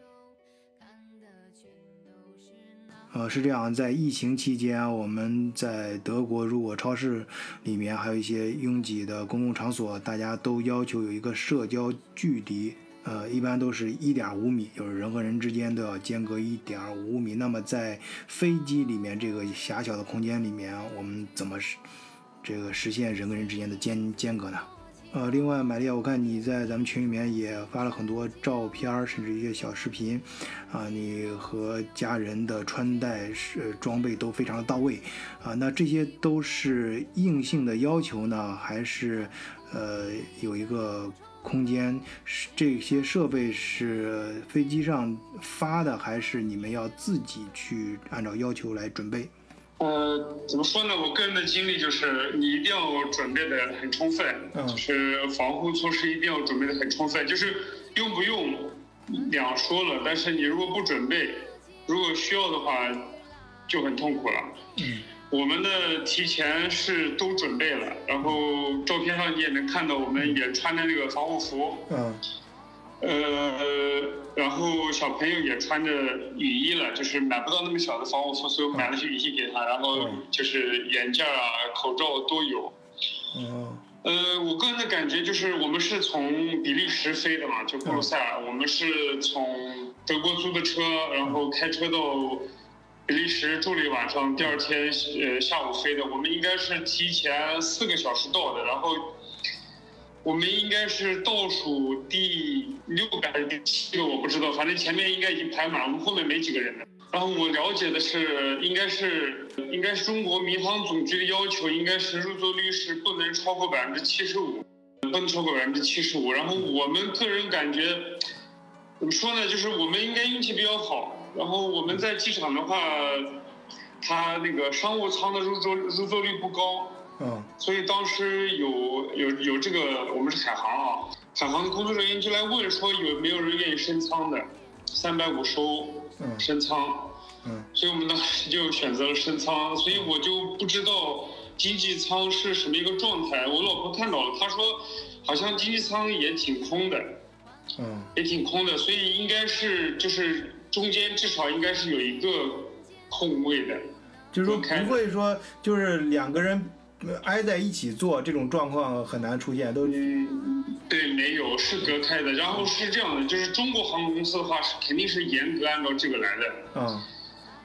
呃，是这样，在疫情期间，我们在德国，如果超市里面还有一些拥挤的公共场所，大家都要求有一个社交距离，呃，一般都是一点五米，就是人和人之间都要间隔一点五米。那么在飞机里面这个狭小的空间里面，我们怎么这个实现人跟人之间的间间隔呢？呃，另外，玛利亚，我看你在咱们群里面也发了很多照片，甚至一些小视频，啊，你和家人的穿戴是装备都非常的到位，啊，那这些都是硬性的要求呢，还是呃有一个空间？这些设备是飞机上发的，还是你们要自己去按照要求来准备？ 呃，怎么说呢？我个人的经历就是，你一定要准备的很充分，嗯、就是防护措施一定要准备的很充分。就是用不用两说了，但是你如果不准备，如果需要的话，就很痛苦了。嗯，我们的提前是都准备了，然后照片上你也能看到，我们也穿的那个防护服。嗯。呃，然后小朋友也穿着雨衣了，就是买不到那么小的防护服，所以我买了些雨衣给他，然后就是眼镜啊、口罩都有。嗯。呃，我个人的感觉就是，我们是从比利时飞的嘛，就布鲁塞尔，我们是从德国租的车，然后开车到比利时住了一晚上，第二天呃下午飞的。我们应该是提前四个小时到的，然后。我们应该是倒数第六个还是第七个，我不知道，反正前面应该已经排满，我们后面没几个人了。然后我了解的是，应该是应该是中国民航总局的要求，应该是入座率是不能超过百分之七十五，不能超过百分之七十五。然后我们个人感觉，怎么说呢？就是我们应该运气比较好。然后我们在机场的话，它那个商务舱的入座入座率不高。嗯，所以当时有有有这个，我们是海航啊，海航的工作人员就来问说有没有人愿意升舱的，三百五收升舱，嗯，所以我们当时就选择了升舱，所以我就不知道经济舱是什么一个状态。我老婆看到了，她说好像经济舱也挺空的，嗯，也挺空的，所以应该是就是中间至少应该是有一个空位的， 就是说不会说就是两个人。挨在一起坐这种状况很难出现，都对，没有，是隔开的。然后是这样的，就是中国航空公司的话是肯定是严格按照这个来的。嗯。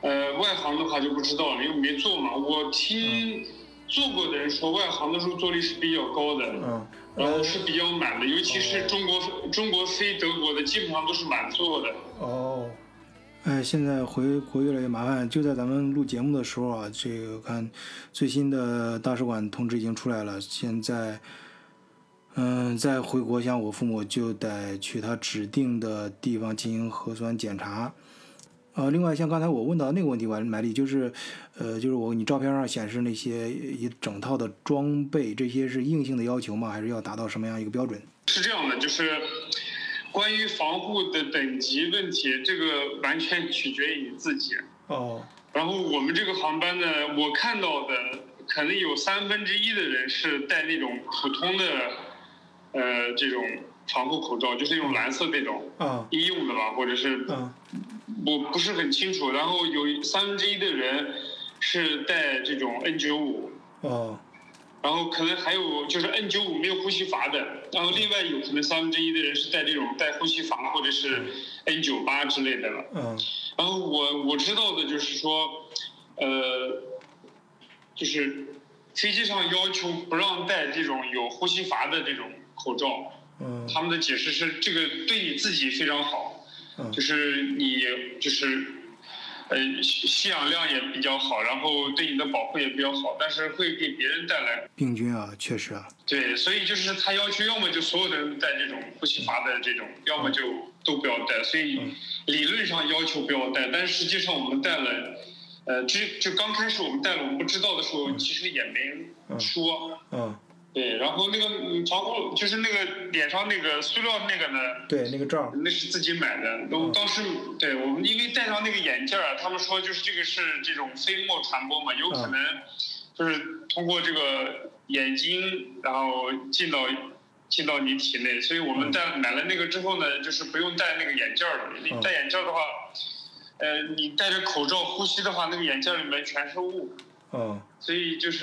呃，外行的话就不知道了，因为没做嘛。我听做过的人说，外行的入座率是比较高的， 嗯， 然后是比较满的，尤其是中国、哦、中国飞德国的，基本上都是满座的。 哦。哎，现在回国越来越麻烦。就在咱们录节目的时候啊，这个看最新的大使馆通知已经出来了。现在，嗯，再回国，像我父母就得去他指定的地方进行核酸检查。呃，另外像刚才我问到那个问题，我买丽就是，呃，就是我你照片上显示那些一整套的装备，这些是硬性的要求吗？还是要达到什么样一个标准？ 是这样的，就是。关于防护的等级问题，这个完全取决于你自己。 哦。 然后我们这个航班呢，我看到的可能有三分之一的人是戴那种普通的，呃，这种防护口罩，就是那种蓝色那种， 啊， 医用的吧，或者是， 啊， 我不是很清楚。然后有三分之一的人是戴这种 N 九十五。 哦。 然后可能还有就是 N 九十五没有呼吸阀的，然后另外有可能三分之一的人是带这种带呼吸阀或者是 N 九十八之类的了。 嗯。 然后我我知道的就是说，呃，就是飞机上要求不让戴这种有呼吸阀的这种口罩。 嗯。 他们的解释是这个对你自己非常好， 嗯、 就是你就是。呃，吸氧量也比较好，然后对你的保护也比较好，但是会给别人带来病菌啊，确实啊。 对，所以就是他要求，要么就所有的人带这种呼吸阀的这种，嗯、要么就都不要带。所以理论上要求不要带，但是实际上我们带了，呃，就就刚开始我们带了，我们不知道的时候，嗯、其实也没人说。 嗯。嗯对，然后那个防护就是那个脸上那个塑料那个呢， 对，那个罩， 那是自己买的。都当时对我们因为戴上那个眼镜啊，他们说就是这个是这种飞沫传播嘛，有可能就是通过这个眼睛，然后进到进到你体内，所以我们戴买了那个之后呢，就是不用戴那个眼镜了。你戴眼镜的话，呃，你戴着口罩呼吸的话，那个眼镜里面全是雾， 嗯， 所以就是。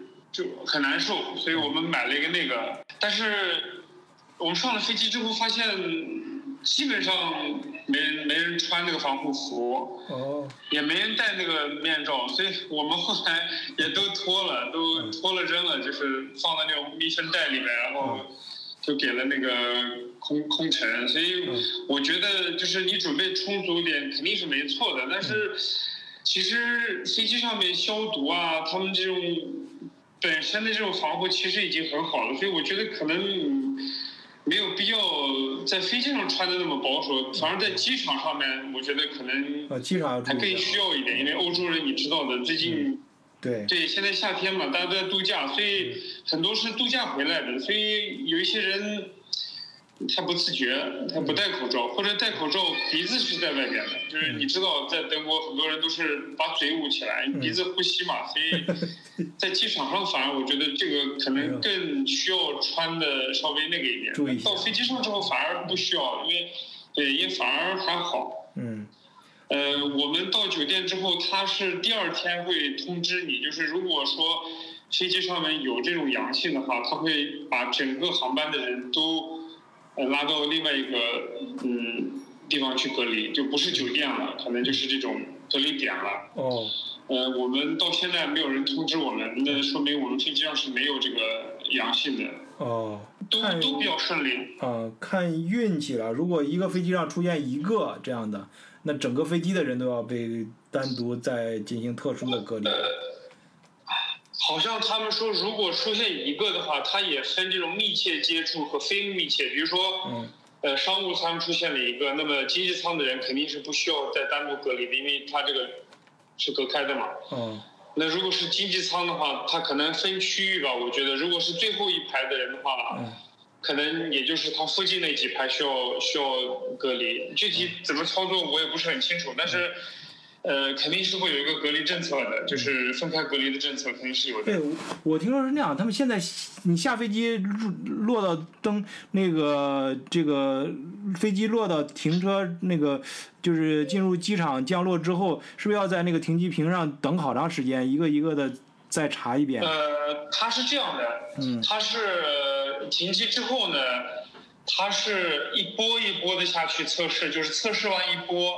就很难受，所以我们买了一个那个，但是我们上了飞机之后发现，基本上没人没人穿那个防护服， 哦， 也没人戴那个面罩，所以我们后来也都脱了，都脱了扔了，就是放在那种密封袋里面，然后就给了那个空空乘。所以我觉得就是你准备充足点肯定是没错的，但是其实飞机上面消毒啊，他们这种。本身的这种防护其实已经很好了，所以我觉得可能没有必要在飞机上穿的那么保守，反而在机场上面，我觉得可能还更需要一点，因为欧洲人你知道的，最近对对现在夏天嘛，大家都在度假，所以很多是度假回来的，所以有一些人他不自觉，他不戴口罩，或者戴口罩鼻子是在外边的，就是你知道在德国很多人都是把嘴捂起来，鼻子呼吸嘛，所以在机场上反而我觉得这个可能更需要穿的稍微那个一点，到飞机上之后反而不需要，因为对，因为反而还好。 嗯。 呃，我们到酒店之后，他是第二天会通知你，就是如果说飞机上面有这种阳性的话，他会把整个航班的人都。呃，拉到另外一个嗯地方去隔离，就不是酒店了，可能就是这种隔离点了。 哦。 呃，我们到现在没有人通知我们，那说明我们飞机上是没有这个阳性的。 哦。 都都比较顺利。 啊，看运气了。如果一个飞机上出现一个这样的，那整个飞机的人都要被单独再进行特殊的隔离。 呃好像他们说，如果出现一个的话，它也分这种密切接触和非密切。比如说， 嗯、 呃，商务舱出现了一个，那么经济舱的人肯定是不需要再单独隔离的，因为它这个是隔开的嘛。 嗯、 那如果是经济舱的话，它可能分区域吧。我觉得，如果是最后一排的人的话， 嗯、 可能也就是它附近那几排需要需要隔离。具体怎么操作我也不是很清楚，但是。呃，肯定是会有一个隔离政策的，就是分开隔离的政策肯定是有的。 对，我听说是那样。他们现在你下飞机落到登那个这个飞机落到停车那个就是进入机场降落之后，是不是要在那个停机坪上等好长时间，一个一个的再查一遍？ 呃，它是这样的， 嗯， 它是停机之后呢，它是一波一波的下去测试，就是测试完一波。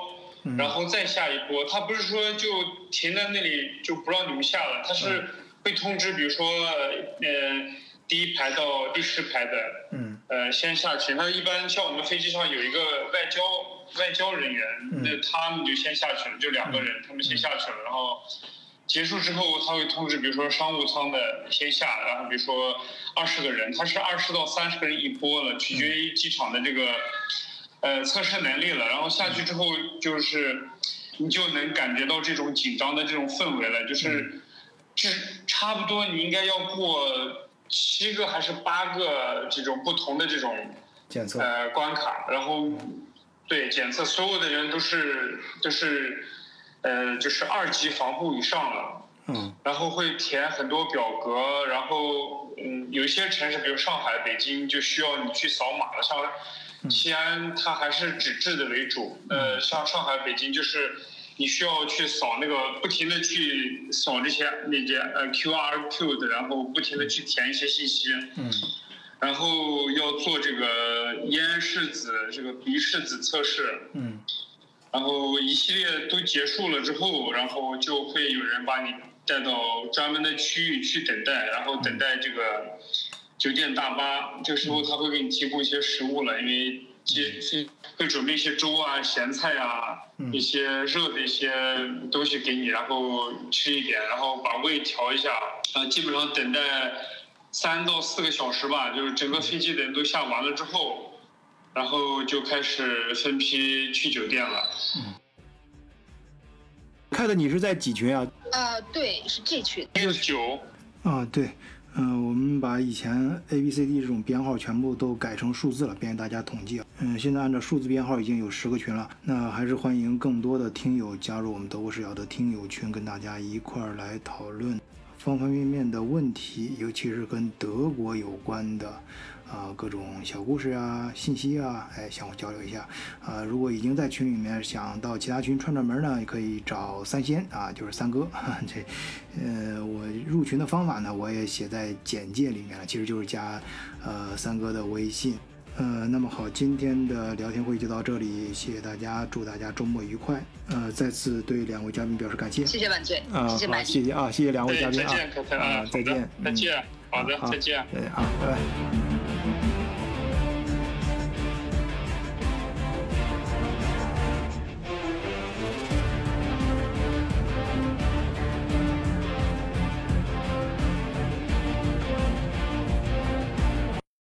嗯、 然后再下一波。他不是说就停在那里就不让你们下了，他是会通知，比如说呃第一排到第十排的， 嗯， 呃先下去。他一般像我们飞机上有一个外交外交人员， 嗯、 那他们就先下去了，就两个人， 嗯、 他们先下去了，然后。结束之后，他会通知，比如说商务舱的先下，然后比如说二十个人，他是二十到三十个人一波了，取决于机场的这个呃测试能力了。然后下去之后，就是你就能感觉到这种紧张的这种氛围了，就是这差不多你应该要过七个还是八个这种不同的这种检测呃关卡，然后对检测，所有的人都是都是。呃，就是二级防护以上了， 嗯， 然后会填很多表格，然后嗯，有一些城市，比如上海、北京，就需要你去扫码了。像西安，它还是纸质的为主。呃，像上海、北京，就是你需要去扫那个，不停的去扫这些那些呃 Q R code， 然后不停的去填一些信息。 嗯。 然后要做这个咽拭子、这个鼻拭子测试。 嗯。 然后一系列都结束了之后，然后就会有人把你带到专门的区域去等待，然后等待这个酒店大巴。这个时候他会给你提供一些食物了，因为是会准备一些粥啊、咸菜啊，一些热的一些东西给你，然后吃一点，然后把胃调一下。啊，基本上等待三到四个小时吧，就是整个飞机的人都下完了之后。然后就开始分批去酒店了。 嗯，看的你是在几群啊？ 呃，对，是这群。 是九。 啊，对，嗯、呃，我们把以前 A B C D 这种编号全部都改成数字了，便于大家统计。嗯，现在按照数字编号已经有十个群了，那还是欢迎更多的听友加入我们德国视角的听友群，跟大家一块儿来讨论方方面面的问题，尤其是跟德国有关的。啊、呃，各种小故事啊、信息啊，哎，相互交流一下。啊、呃，如果已经在群里面想到其他群串串门呢，也可以找三仙啊，就是三哥。这，呃，我入群的方法呢，我也写在简介里面了，其实就是加呃三哥的微信。呃，那么好，今天的聊天会就到这里，谢谢大家，祝大家周末愉快。呃，再次对两位嘉宾表示感谢。 谢谢晚醉， 啊、呃， 谢谢满意，谢谢啊，谢谢两位嘉宾啊， 再见，可可啊， 再见， 再见，好的，再见， 对啊，拜拜。